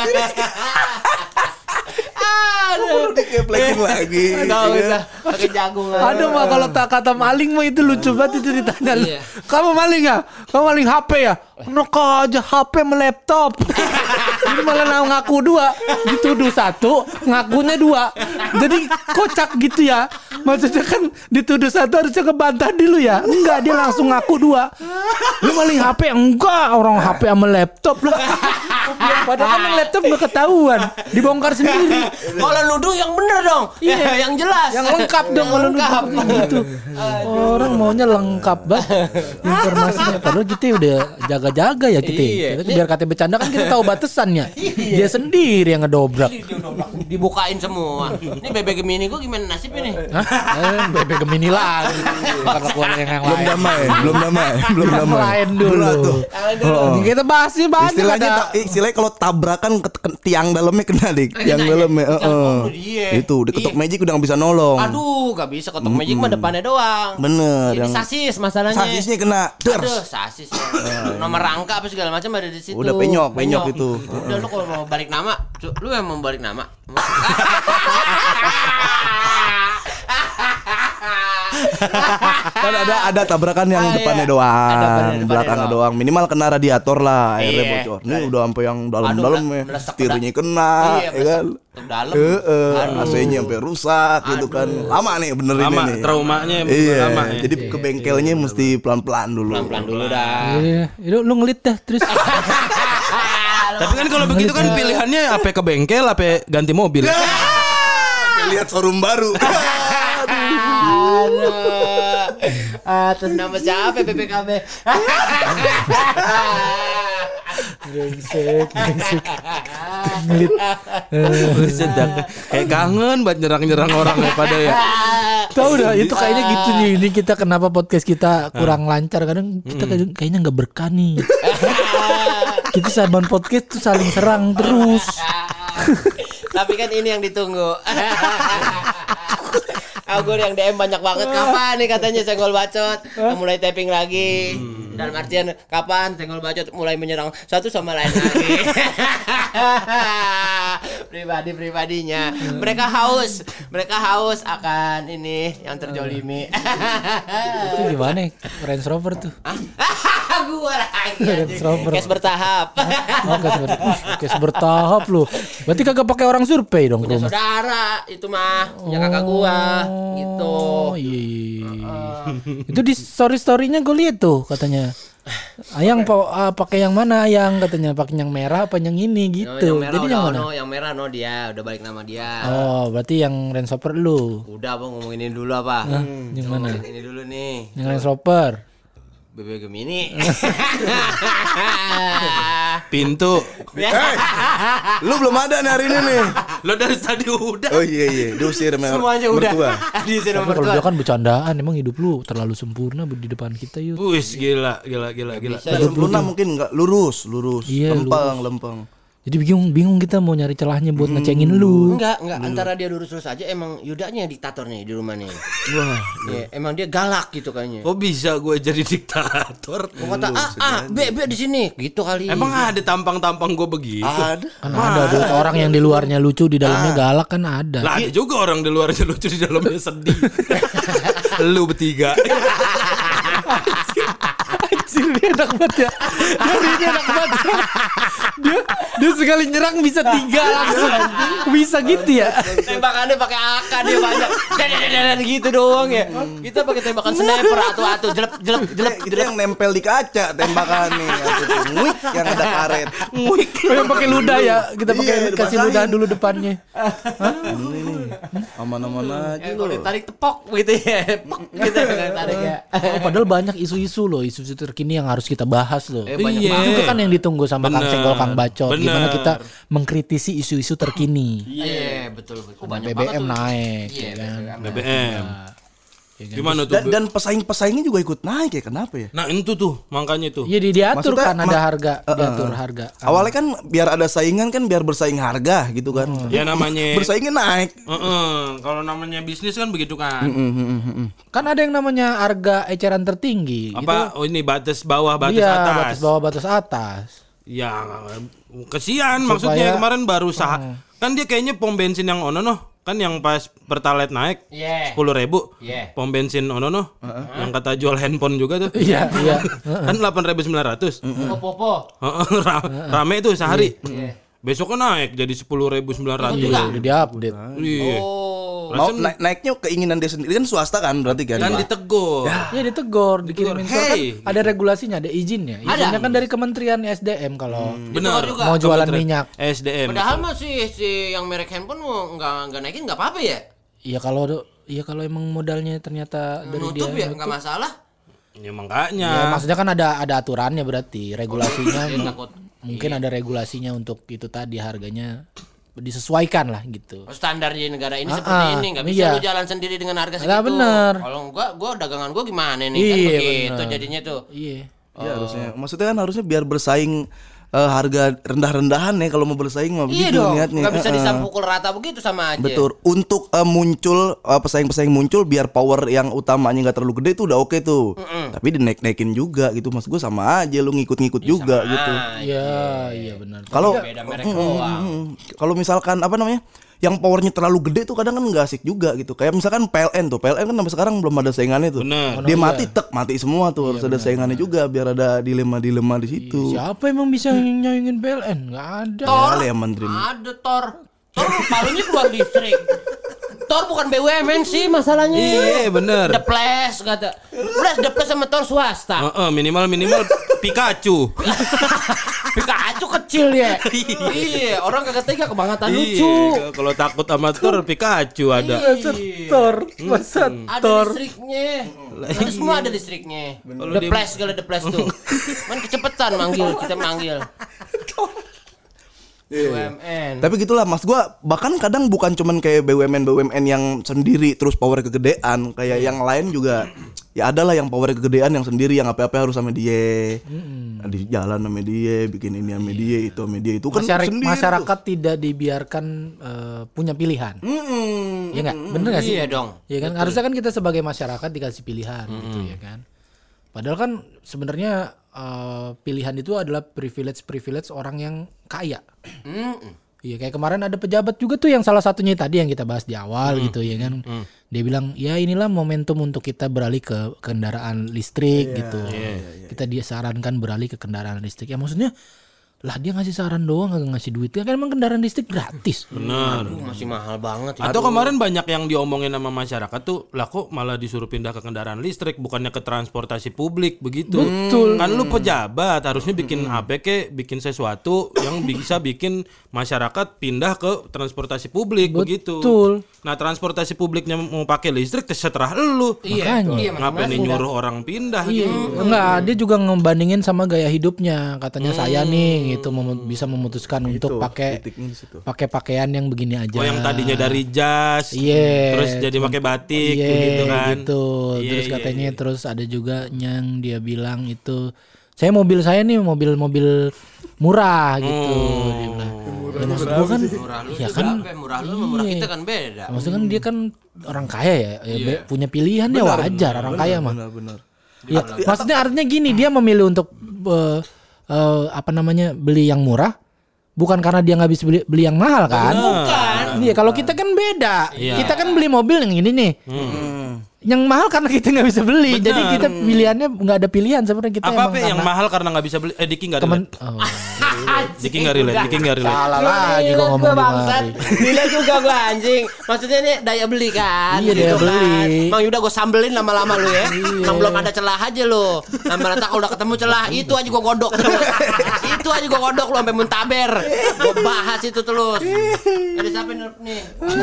S4: Aduh.
S3: Dieplekin lagi.
S4: Enggak
S3: Iya.
S4: usah pakai jagung aja.
S1: Aduh mah kalau tak kata maling mah itu lucu banget itu ditanya lu.
S4: Iya.
S1: Kamu maling ya? Kamu maling H P ya? Enak aja H P sama laptop. Ini malah mau ngaku dua, dituduh satu, ngakunya dua. Jadi kocak gitu ya. Maksudnya kan dituduh satu harusnya kebantah dulu ya. Enggak, dia langsung ngaku dua. Lu maling H P? Enggak, orang H P sama laptop lah. Padahal kan yang laptop gak ketahuan, dibongkar sendiri.
S4: Kalau nuduh yang bener dong.
S1: Iya.
S4: yang jelas.
S1: Yang lengkap dong kalau
S4: lengkap.
S1: nuduh gitu. Orang maunya lengkap banget informasinya. Padahal kita udah jaga-jaga ya kita.
S4: Iya.
S1: Kita biar kata bercanda kan kita tahu batasannya. Dia sendiri yang ngedobrak.
S4: Dibukain semua. Ini bebek Gemini gua gimana nasibnya nih?
S1: Hah? Eh, bebek Gemini lagi. Karena keluarga yang
S3: Belum
S1: lain.
S3: damai, belum damai, belum
S1: Yang
S3: damai.
S1: lain dulu.
S3: Berat tuh. Oh.
S1: Kita bahas sih banyak
S3: Istilahnya,
S1: ada.
S3: ta- istilahnya kalau tabrakan ke, ke tiang dalamnya kena dik, tiang
S4: Kena ya?
S3: dalamnya.
S4: Tiang
S3: heeh.
S4: dalam dia.
S3: Itu diketok
S4: Iya.
S3: magic udah nggak bisa nolong.
S4: Aduh, gak bisa kotak magic mah depannya doang.
S3: Bener,
S4: Ini
S3: yang-
S4: sasis masalahnya.
S3: Sasisnya kena. Ders.
S4: Aduh, sasis. Nomor rangka apa segala macam ada di situ.
S3: Udah penyok, penyok itu.
S4: Udah lu kalau mau balik nama, cu- lu yang mau balik nama.
S3: Kan ada ada tabrakan yang
S4: Ah, iya.
S3: depannya
S4: Ada
S3: doang,
S4: depannya
S3: belakangnya
S4: doang.
S3: doang. Minimal kena radiator lah, airnya
S4: Iya.
S3: bocor. Ini udah sampai yang dalam-dalam
S4: Aduh,
S3: ya.
S4: melesek ke
S3: Setirnya
S4: da-
S3: kena,
S4: Iya,
S3: ya
S4: melesek
S3: kan.
S4: ke dalam.
S3: Heeh,
S4: Aduh.
S3: A C-nya sampai rusak gitu kan. Lama nih benerin
S2: Lama,
S3: nih.
S2: traumanya
S3: Iya,
S2: lama ya.
S3: jadi ke bengkelnya mesti pelan-pelan dulu.
S4: Pelan-pelan dulu dah.
S1: Iya, itu lu ngelit dah terus.
S2: Tapi kan kalau begitu kan pilihannya apa ke bengkel, apa ganti mobil.
S3: Lihat showroom baru.
S4: Aduh. Atas nama siapa B P K B?
S1: Brengsek, brengsek. Ngelit.
S2: Buset dah. Kayak kangen buat nyerang-nyerang orang ya pada ya.
S1: Tahu dah itu kayaknya gitu nih. Ini kita kenapa podcast kita kurang lancar, kadang kita kadang kayaknya nggak berkah nih. Kita saban podcast tuh saling serang terus.
S4: Tapi kan ini yang ditunggu. Aku yang D M banyak banget. Kapan nih katanya Senggol Bacot mulai taping lagi. Dalam artian kapan Senggol Bacot mulai menyerang satu sama lain lagi. Pribadi-pribadinya. Mereka haus, mereka haus akan ini yang terjolimi.
S1: Itu gimana? Range Rover tuh.
S4: Gua lagi.
S1: Range Rover.
S4: Kes bertahap.
S1: Oh, kes, ber- uh, kes bertahap loh. Berarti kagak pakai orang survei dong
S4: Punya
S1: rumah.
S4: saudara itu mah, punya kakak gua gitu.
S1: Oh iya. iya. Itu di story storynya gue lihat tuh katanya. Ayang pa- ah, pakai yang mana Ayang katanya, pakai yang merah apa yang ini
S4: No,
S1: gitu.
S4: yang merah
S1: Jadi
S4: udah
S1: yang mana?
S4: no, yang merah no dia udah balik nama dia.
S1: Oh, berarti yang Range Rover lu.
S4: Udah apa ngomongin ini dulu apa?
S1: Hah? Yang mana?
S4: Ini dulu nih.
S1: Yang Range Rover.
S4: B B Gemini.
S2: Pintu.
S3: Eh, lu belum ada nih hari ini nih.
S2: Lo dari tadi udah.
S3: Oh iya iya, diusir sama
S4: Semuanya udah.
S3: mertua.
S4: Di sini
S1: Tapi kalau dia kan bercandaan, emang hidup lu terlalu sempurna di depan kita yuk.
S2: Wis gila, gila, gila, gila.
S3: Sempurna mungkin enggak lurus, lurus,
S1: Iya,
S3: lempeng, lempeng.
S1: Jadi bingung bingung kita mau nyari celahnya buat ngecengin lu.
S4: Enggak, enggak antara dia lurus-lurus aja emang Yudanya diktator nih di rumah nih.
S3: Wah,
S4: Iya, emang dia galak gitu kayaknya.
S2: Kok bisa gue jadi diktator?
S4: Gua kata A, A, B, B di sini. Gitu kali.
S2: Emang ada tampang-tampang gue begitu?
S3: ada.
S1: Kan ada tuh orang yang di luarnya lucu di dalamnya galak kan ada.
S2: Lah ada juga orang di luarnya lucu di dalamnya sedih. Lu bertiga.
S1: Anjir dia enak banget ya. Dia ini enak banget. Dia dia sekali nyerang bisa tiga langsung. Bisa gitu ya.
S4: tembakannya pakai A K dia banyak. Dan gitu doang ya. Kita pakai tembakan sniper atu-atu jelep jelep jelep
S3: Itu yang nempel di kaca tembakan nih. Nguik yang ada karet.
S2: Nguik.
S1: Yang pakai ludah ya. Kita pakai
S3: Iya,
S1: kasih
S3: dibasahin.
S1: ludah dulu depannya.
S3: Ini nih. Aman-aman aja
S4: Eh,
S3: lu.
S4: kalau ditarik tepok gitu ya. Pok gitu kan tarik ya.
S1: Oh, padahal banyak isu-isu loh, isu-isu terkini yang harus kita bahas loh.
S4: Eh, banyak
S2: Iya.
S1: Itu juga kan yang ditunggu sama Kang
S2: Bener.
S1: Senggol Kang Bacot.
S2: Bener.
S1: Gimana kita mengkritisi isu-isu terkini.
S4: Iya, betul betul. Oh, banyak
S1: B B
S4: banget
S1: M
S4: tuh.
S1: naik,
S4: Iya,
S1: ya kan?
S2: B B M.
S1: Ya kan?
S2: Gimana tuh?
S3: Dan, dan pesaing-pesaingnya juga ikut naik ya, kenapa ya?
S2: Nah itu tuh makanya tuh.
S1: Iya di diatur
S3: Maksudnya,
S1: kan ada
S3: ma-
S1: harga,
S3: Uh, uh,
S1: diatur
S3: uh.
S1: harga.
S3: Awalnya kan biar ada saingan kan biar bersaing harga gitu kan.
S2: Ya namanya.
S3: Bersaingnya naik.
S2: Heeh, kalau namanya bisnis kan begitu kan.
S1: Kan ada yang namanya harga eceran tertinggi.
S2: Apa? Oh ini batas bawah, batas
S1: Iya,
S2: atas.
S1: batas bawah, batas atas.
S2: Ya kesian maksudnya kemarin baru sah. Kan dia kayaknya pom bensin yang ono noh. Kan yang pas Pertalite naik
S4: Iya.
S2: sepuluh ribu.
S4: Iya.
S2: Pom bensin ono noh. Yang kata jual handphone juga tuh.
S1: Iya, iya.
S2: Kan delapan ribu sembilan ratus.
S4: Popo-popo.
S2: Rame tuh sehari.
S4: Iya.
S2: Besok kan naik jadi sepuluh ribu sembilan ratus.
S1: Iya, udah diupdate.
S2: Iya.
S4: Oh.
S3: Mau naik, naiknya keinginan dia sendiri kan swasta kan berarti kan.
S2: Kan ditegur.
S1: Iya ditegur, dikirimin surat kan
S2: Hey.
S1: ada regulasinya, ada izinnya. Izinnya kan dari Kementerian S D M kalau
S2: Benar.
S4: juga.
S1: mau jualan
S2: Kementerian
S1: minyak.
S2: S D M.
S4: Padahal masih si yang merek handphone mau nggak nggak naikin nggak apa-apa ya.
S1: Iya kalau iya kalau emang modalnya ternyata dari
S4: Nutup
S1: dia.
S4: ya nggak masalah.
S2: Ya makanya.
S1: Ya, maksudnya kan ada ada aturannya berarti regulasinya
S4: Dia
S1: m-
S4: takut.
S1: mungkin ada regulasinya untuk itu tadi harganya disesuaikan lah gitu.
S4: Oh, standar di negara ini
S1: Ah,
S4: seperti
S1: ah,
S4: ini nggak bisa
S1: iya.
S4: lu jalan sendiri dengan harga segitu.
S1: Lah, bener.
S4: Kalau gua gua dagangan gua gimana nih kan
S1: Iya,
S4: begitu
S1: bener.
S4: jadinya tuh.
S1: Iya.
S3: Iya harusnya. Maksudnya kan harusnya biar bersaing eh, harga rendah-rendahan ya kalau mau bersaing mah
S4: Iya
S3: begitu
S4: dong.
S3: niatnya.
S4: Nggak bisa
S3: Eh, eh.
S4: disampukul rata begitu sama aja.
S3: Betul. Untuk eh, muncul eh, pesaing-pesaing muncul biar power yang utamanya nggak terlalu gede itu udah oke tuh. Tapi dinaik-naikin juga gitu. Maksud gue sama aja lu ngikut-ngikut juga gitu.
S4: Ah,
S1: Iya, iya benar.
S3: Kalau
S4: beda merek doang.
S3: Hmm, kalau misalkan apa namanya? Yang powernya terlalu gede tuh kadang kan nggak asik juga gitu. Kayak misalkan P L N tuh, P L N kan sampai sekarang belum ada saingannya tuh.
S2: Bener.
S3: Dia mati tek mati semua tuh. Harus ada saingannya juga biar ada dilema-dilema di situ.
S1: Siapa emang bisa nyaingin P L N? Nggak ada.
S4: Thor.
S3: Kali ya menteri.
S4: Ada Thor. Thor palunya keluar listrik. Thor bukan B U M N sih masalahnya.
S2: Iya bener.
S4: The Flash kata. Flash The Flash sama Thor swasta.
S2: Heeh, minimal minimal Pikachu.
S4: Pikachu kecil ya. Iya, orang kagak tega kebangetan lucu.
S2: Iya, kalau takut sama Thor Pikachu ada.
S1: Thor, masa
S4: Ada
S1: Thor.
S4: listriknya. Ada semua ada listriknya. The
S2: dia-
S4: Flash kalau The Flash tuh. Man kecepatan manggil, kita manggil. B U M N.
S3: Tapi gitulah mas gua bahkan kadang bukan cuman kayak B U M N B U M N yang sendiri terus power kegedean kayak yang lain juga ya ada lah yang power kegedean yang sendiri yang apa-apa harus sama dia di jalan sama dia bikin ini sama dia itu sama dia itu kan
S1: Masyarakat,
S3: sendiri
S1: masyarakat tidak dibiarkan eh, punya pilihan.
S3: tuh. Mm-mm.
S1: Iya nggak? Bener nggak sih?
S4: Iya dong.
S1: Iya kan? Harusnya kan kita sebagai masyarakat dikasih pilihan gitu ya kan. Padahal kan sebenarnya uh, pilihan itu adalah privilege-privilege orang yang kaya. Iya, kayak kemarin ada pejabat juga tuh yang salah satunya tadi yang kita bahas di awal hmm. gitu ya kan. Hmm. Dia bilang, "Ya inilah momentum untuk kita beralih ke kendaraan listrik yeah, gitu." Yeah, yeah, yeah. Kita dia sarankan beralih ke kendaraan listrik. Ya maksudnya lah dia ngasih saran doang, kagak ngasih duit. Kan emang kendaraan listrik gratis.
S2: Benar.
S4: Aduh, masih mahal banget.
S2: Atau aduh. Kemarin banyak yang diomongin sama masyarakat tuh, lah kok malah disuruh pindah ke kendaraan listrik bukannya ke transportasi publik begitu.
S1: Betul.
S2: Kan lu pejabat harusnya bikin hmm. apa ke, bikin sesuatu yang bisa bikin masyarakat pindah ke transportasi publik. Betul. Begitu. Nah, transportasi publiknya mau pakai listrik terserah lu.
S4: Iya. Iya,
S2: ngapain nyuruh orang pindah
S1: iya. gitu. Enggak, dia juga ngebandingin sama gaya hidupnya. Katanya hmm. saya nih itu mem- bisa memutuskan itu, untuk pakai pakai pakaian yang begini aja.
S2: Oh, yang tadinya dari jas,
S1: yes.
S2: terus jadi pakai batik,
S1: yes.
S2: gitu kan.
S1: Gitu.
S2: Yeah,
S1: terus
S2: yeah,
S1: katanya
S2: yeah.
S1: terus ada juga yang dia bilang itu, saya mobil saya nih mobil-mobil murah gitu.
S2: Oh.
S1: Dia bilang. Ya, maksud gua kan,
S4: murah lu
S1: ya
S4: juga
S1: kan,
S4: apa, murah lu sama murah kita kan beda.
S1: Maksudnya kan dia kan orang kaya ya, ya yeah. punya pilihan benar, ya wajar benar, orang benar, kaya mah. Benar, benar. Ya, benar. Maksudnya artinya gini, dia memilih untuk uh, uh, apa namanya beli yang murah. Bukan karena dia nggak bisa beli, beli yang mahal kan?
S4: Bukan.
S1: Iya, kalau kita kan beda.
S2: Iya.
S1: Kita kan beli mobil yang ini nih. Hmm. Yang mahal karena kita nggak bisa beli. Bener. Jadi kita pilihannya nggak ada pilihan sebenarnya kita.
S2: Apa apa yang mahal karena nggak bisa beli? Eh Diki nggak relate. Oh. Diki nggak relate. Diki nggak relate.
S1: Salah lagi gua ngomong bangsat.
S4: Bila juga gua anjing. Maksudnya nih daya beli kan.
S1: Iya daya beli.
S4: Mang Yuda gua sambelin lama-lama lu ya. Mang belum ada celah aja lu. Lama-lama kalau udah ketemu celah itu aja gua godok terus. Itu aja gua godok lu sampai muntaber. Gua bahas itu terus. Ada siapa nih?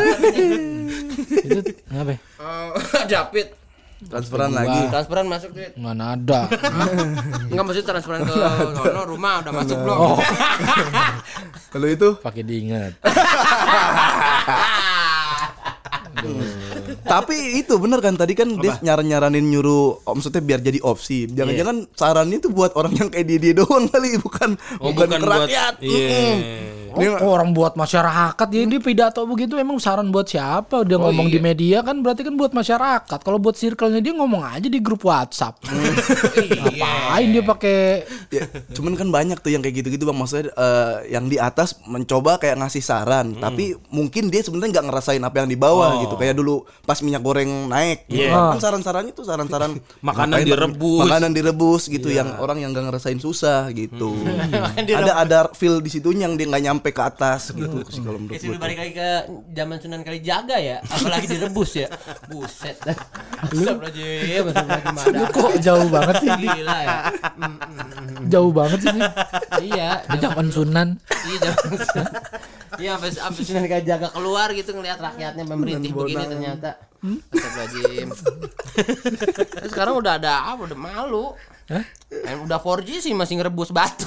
S1: Itu ngapain?
S4: David.
S3: Transferan lagi.
S4: Transferan masuk duit.
S1: Mana ada.
S4: Enggak maksud transferan ke sono rumah udah masuk belum?
S1: Oh.
S3: Kalau itu
S1: pakai diingat.
S3: Tapi itu benar kan tadi kan apa? Dia nyaran-nyaranin nyuruh maksudnya biar jadi opsi. Jangan-jangan yeah. sarannya itu buat orang yang kayak dia-dia doang kali, bukan
S2: oh,
S3: bukan,
S2: bukan
S3: ke rakyat.
S2: Buat, yeah.
S1: Oh, oh, orang buat masyarakat ya, dia pidato begitu emang saran buat siapa? Dia oh, ngomong iya. di media kan berarti kan buat masyarakat. Kalau buat circle-nya dia ngomong aja di grup WhatsApp. Ngapain dia pakai?
S3: Ya, cuman kan banyak tuh yang kayak gitu-gitu Bang. Maksudnya uh, yang di atas mencoba kayak ngasih saran, hmm. tapi mungkin dia sebenarnya nggak ngerasain apa yang di bawah oh. gitu. Kayak dulu pas minyak goreng naik, yeah. gitu. Kan saran-sarannya tuh saran-saran
S2: makanan direbus,
S3: makanan direbus gitu, yeah. yang orang yang nggak ngerasain susah gitu. ada ada feel di situnya yang dia nggak nyampe ke atas gitu sih kalau menurut gue.
S4: Balik lagi ke zaman Sunan Kalijaga ya, apalagi direbus ya. Buset. Astagfirullahaladzim,
S1: lu kok jauh banget sih?
S4: Gila ya.
S1: Jauh banget sih.
S4: Iya,
S1: zaman Sunan.
S4: Iya, zaman Sunan. Iya, sampai sampai Sunan Kalijaga keluar gitu ngelihat rakyatnya memerintih begini ternyata. Astagfirullahaladzim. Sekarang udah ada apa? Udah malu. Hah? Udah four G sih masih ngerebus batu.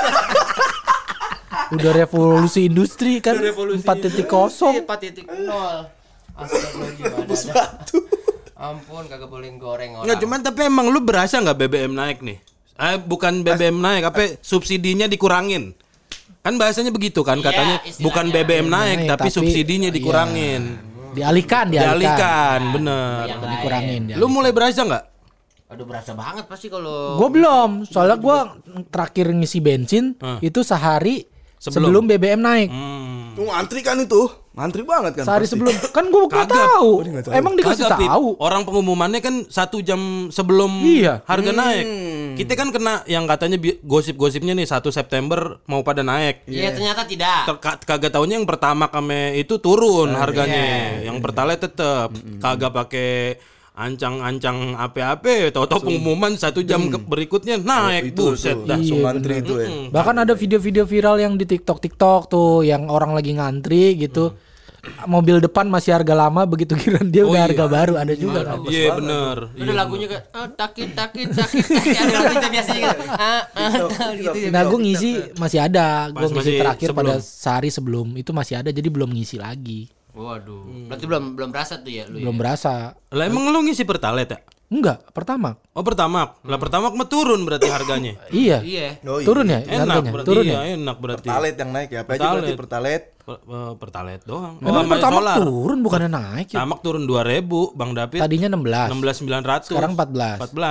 S1: Udah revolusi industri kan empat titik nol.
S4: empat titik nol. Astagfirullahaladzim. Ampun kagak boleh goreng orang.
S2: Nggak, cuman tapi emang lu berasa nggak B B M naik nih? Eh bukan B B M naik, apa subsidinya dikurangin? Kan bahasanya begitu kan katanya, yeah, bukan B B M naik, naik tapi, tapi subsidinya dikurangin.
S1: Iya. Dialihkan, dialihkan.
S2: Dialihkan, bener.
S1: Ya, dikurangin.
S2: Lu mulai berasa nggak?
S4: Aduh berasa banget pasti kalau.
S1: Gue belum, soalnya gue terakhir ngisi bensin hmm. itu sehari sebelum, sebelum B B M naik.
S2: Hmm.
S3: Tuh ngantri kan itu, ngantri banget kan.
S1: Sehari pasti. Sebelum, kan gue gak tahu. Oh, emang dikasih tahu.
S2: Orang pengumumannya kan satu jam sebelum iya. harga hmm. naik. Kita kan kena yang katanya gosip-gosipnya nih satu September mau pada naik.
S4: Iya yeah. ternyata tidak.
S2: Ter- kagak taunya yang pertama kami itu turun uh, harganya, yeah. yang Pertalite tetap mm-hmm. kagak pakai ancang-ancang ape-ape, tahu-tahu pengumuman satu jam hmm. ke berikutnya naik,
S3: oh,
S2: buset
S3: dah.
S1: Iya,
S3: ngantri itu ya.
S1: Bahkan ada video-video viral yang di TikTok TikTok tuh, yang orang lagi ngantri gitu, hmm. mobil depan masih harga lama, begitu kiran dia oh, udah iya. harga baru, ada juga kan.
S2: Iya yeah, benar.
S4: Ada yeah, lagunya kan, oh, takit takit takit takit, ada lagunya biasanya gitu. Ah, ah, gitu.
S1: Nah gue ngisi masih ada, gue ngisi terakhir sebelum. Pada sehari sebelum itu masih ada, jadi belum ngisi lagi.
S4: Waduh, hmm. berarti belum belum berasa tuh ya lu.
S1: Belum
S4: ya?
S1: berasa.
S2: Lah emang lu ngisi Pertalite ya?
S1: Enggak, Pertamax.
S2: Oh Pertamax. Lah Pertamax mah turun berarti harganya.
S1: Iya.
S4: Iya.
S1: Oh, iya. Turun ya?
S2: Enak berarti.
S1: Turun
S2: iya,
S1: ya?
S2: enak berarti.
S3: Pertalite yang naik ya. Apa aja berarti Pertalite?
S2: Per- Pertalite doang.
S1: Memang oh, Pertamax turun bukannya naik ya?
S2: Pertamax turun dua ribu, Bang David.
S1: Tadinya enam belas.
S2: enam belas sembilan ratus.
S1: Sekarang empat belas.
S2: empat belas.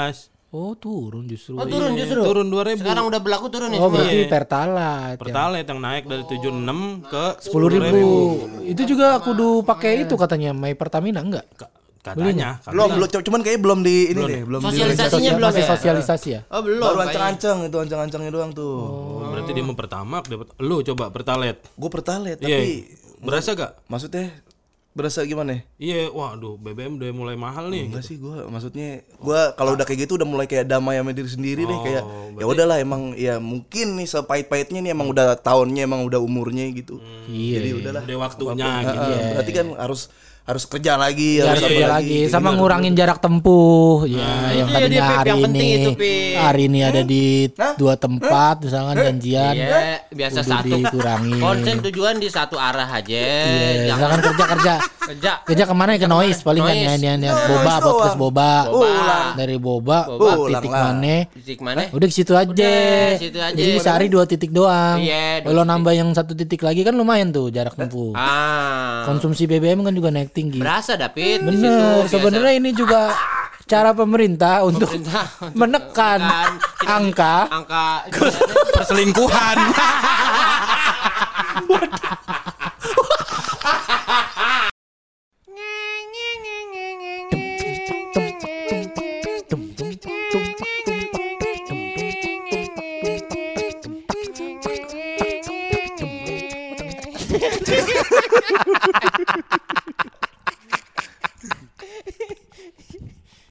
S1: Oh turun justru.
S4: Oh turun justru.
S2: Turun dua ribu.
S4: Sekarang udah berlaku turun nih
S1: Oh
S4: semua.
S1: berarti Pertalite.
S2: Pertalite yang naik dari tujuh puluh enam ke
S1: Sepuluh ribu. Itu juga kudu pakai itu katanya My Pertamina enggak?
S2: Ka- katanya.
S3: Belum, belum, cuman kayaknya belum di ini deh, belum di
S4: Sosialisasinya belum
S1: Masih
S4: ya?
S1: sosialisasi ya.
S4: Oh belum.
S3: baru
S4: kayaknya.
S3: ancang-ancang itu ancang-ancangnya doang tuh.
S2: Oh, berarti dia mau pertama dapat lu coba Pertalite.
S3: Gue Pertalite
S2: Iya.
S3: tapi
S2: Berasa gak?
S3: maksudnya berasa gimana?
S2: Iya, waduh B B M udah mulai mahal nih.
S3: Enggak sih gue, maksudnya gue kalau udah kayak gitu udah mulai kayak damai sama diri sendiri nih, kayak
S2: Oh,
S3: ya udahlah emang ya mungkin nih sepahit-pahitnya nih emang udah tahunnya emang udah umurnya gitu.
S1: Iya.
S3: Jadi udahlah.
S2: Udah waktunya
S3: Heeh,
S2: gitu.
S3: berarti kan harus harus kerja lagi,
S1: Ya,
S3: harus
S1: harus
S3: apa
S1: kerja lagi
S3: Kayak
S1: sama
S3: gitu.
S1: ngurangin jarak tempuh ya yang
S4: Itu ya,
S1: tadinya
S4: dia, Pip,
S1: hari
S4: yang penting
S1: ini
S4: itu, Pip.
S1: hari ini ada di dua tempat misalkan janjian
S4: Iya, biasa
S1: kudu
S4: satu.
S1: dikurangin.
S4: Konsen tujuan di satu arah aja.
S1: Iya,
S4: Jangan
S1: misalkan kerja kerja
S4: kerja.
S1: kerja kemana ya ke noise paling kan ya
S4: Noise.
S1: nian nian
S3: Noise
S1: boba
S3: doang.
S1: podcast boba
S4: Boba.
S1: dari boba,
S4: Boba.
S1: titik
S3: Ulang lah.
S1: mana
S4: Titik mana?
S1: udah ke situ aja.
S4: Udah, situ aja.
S1: Jadi sehari dua titik doang.
S4: Iya, dua
S1: Kalau
S4: titik.
S1: nambah yang satu titik lagi kan lumayan tuh jarak tempuh.
S4: Ah.
S1: Konsumsi B B M kan juga naik tinggi.
S4: Berasa David. di situ,
S1: Bener,
S4: biasa.
S1: sebenarnya ini juga cara pemerintah untuk
S4: Pemerintah untuk
S1: menekan
S4: menekan
S1: angka
S4: angka
S2: Perselingkuhan.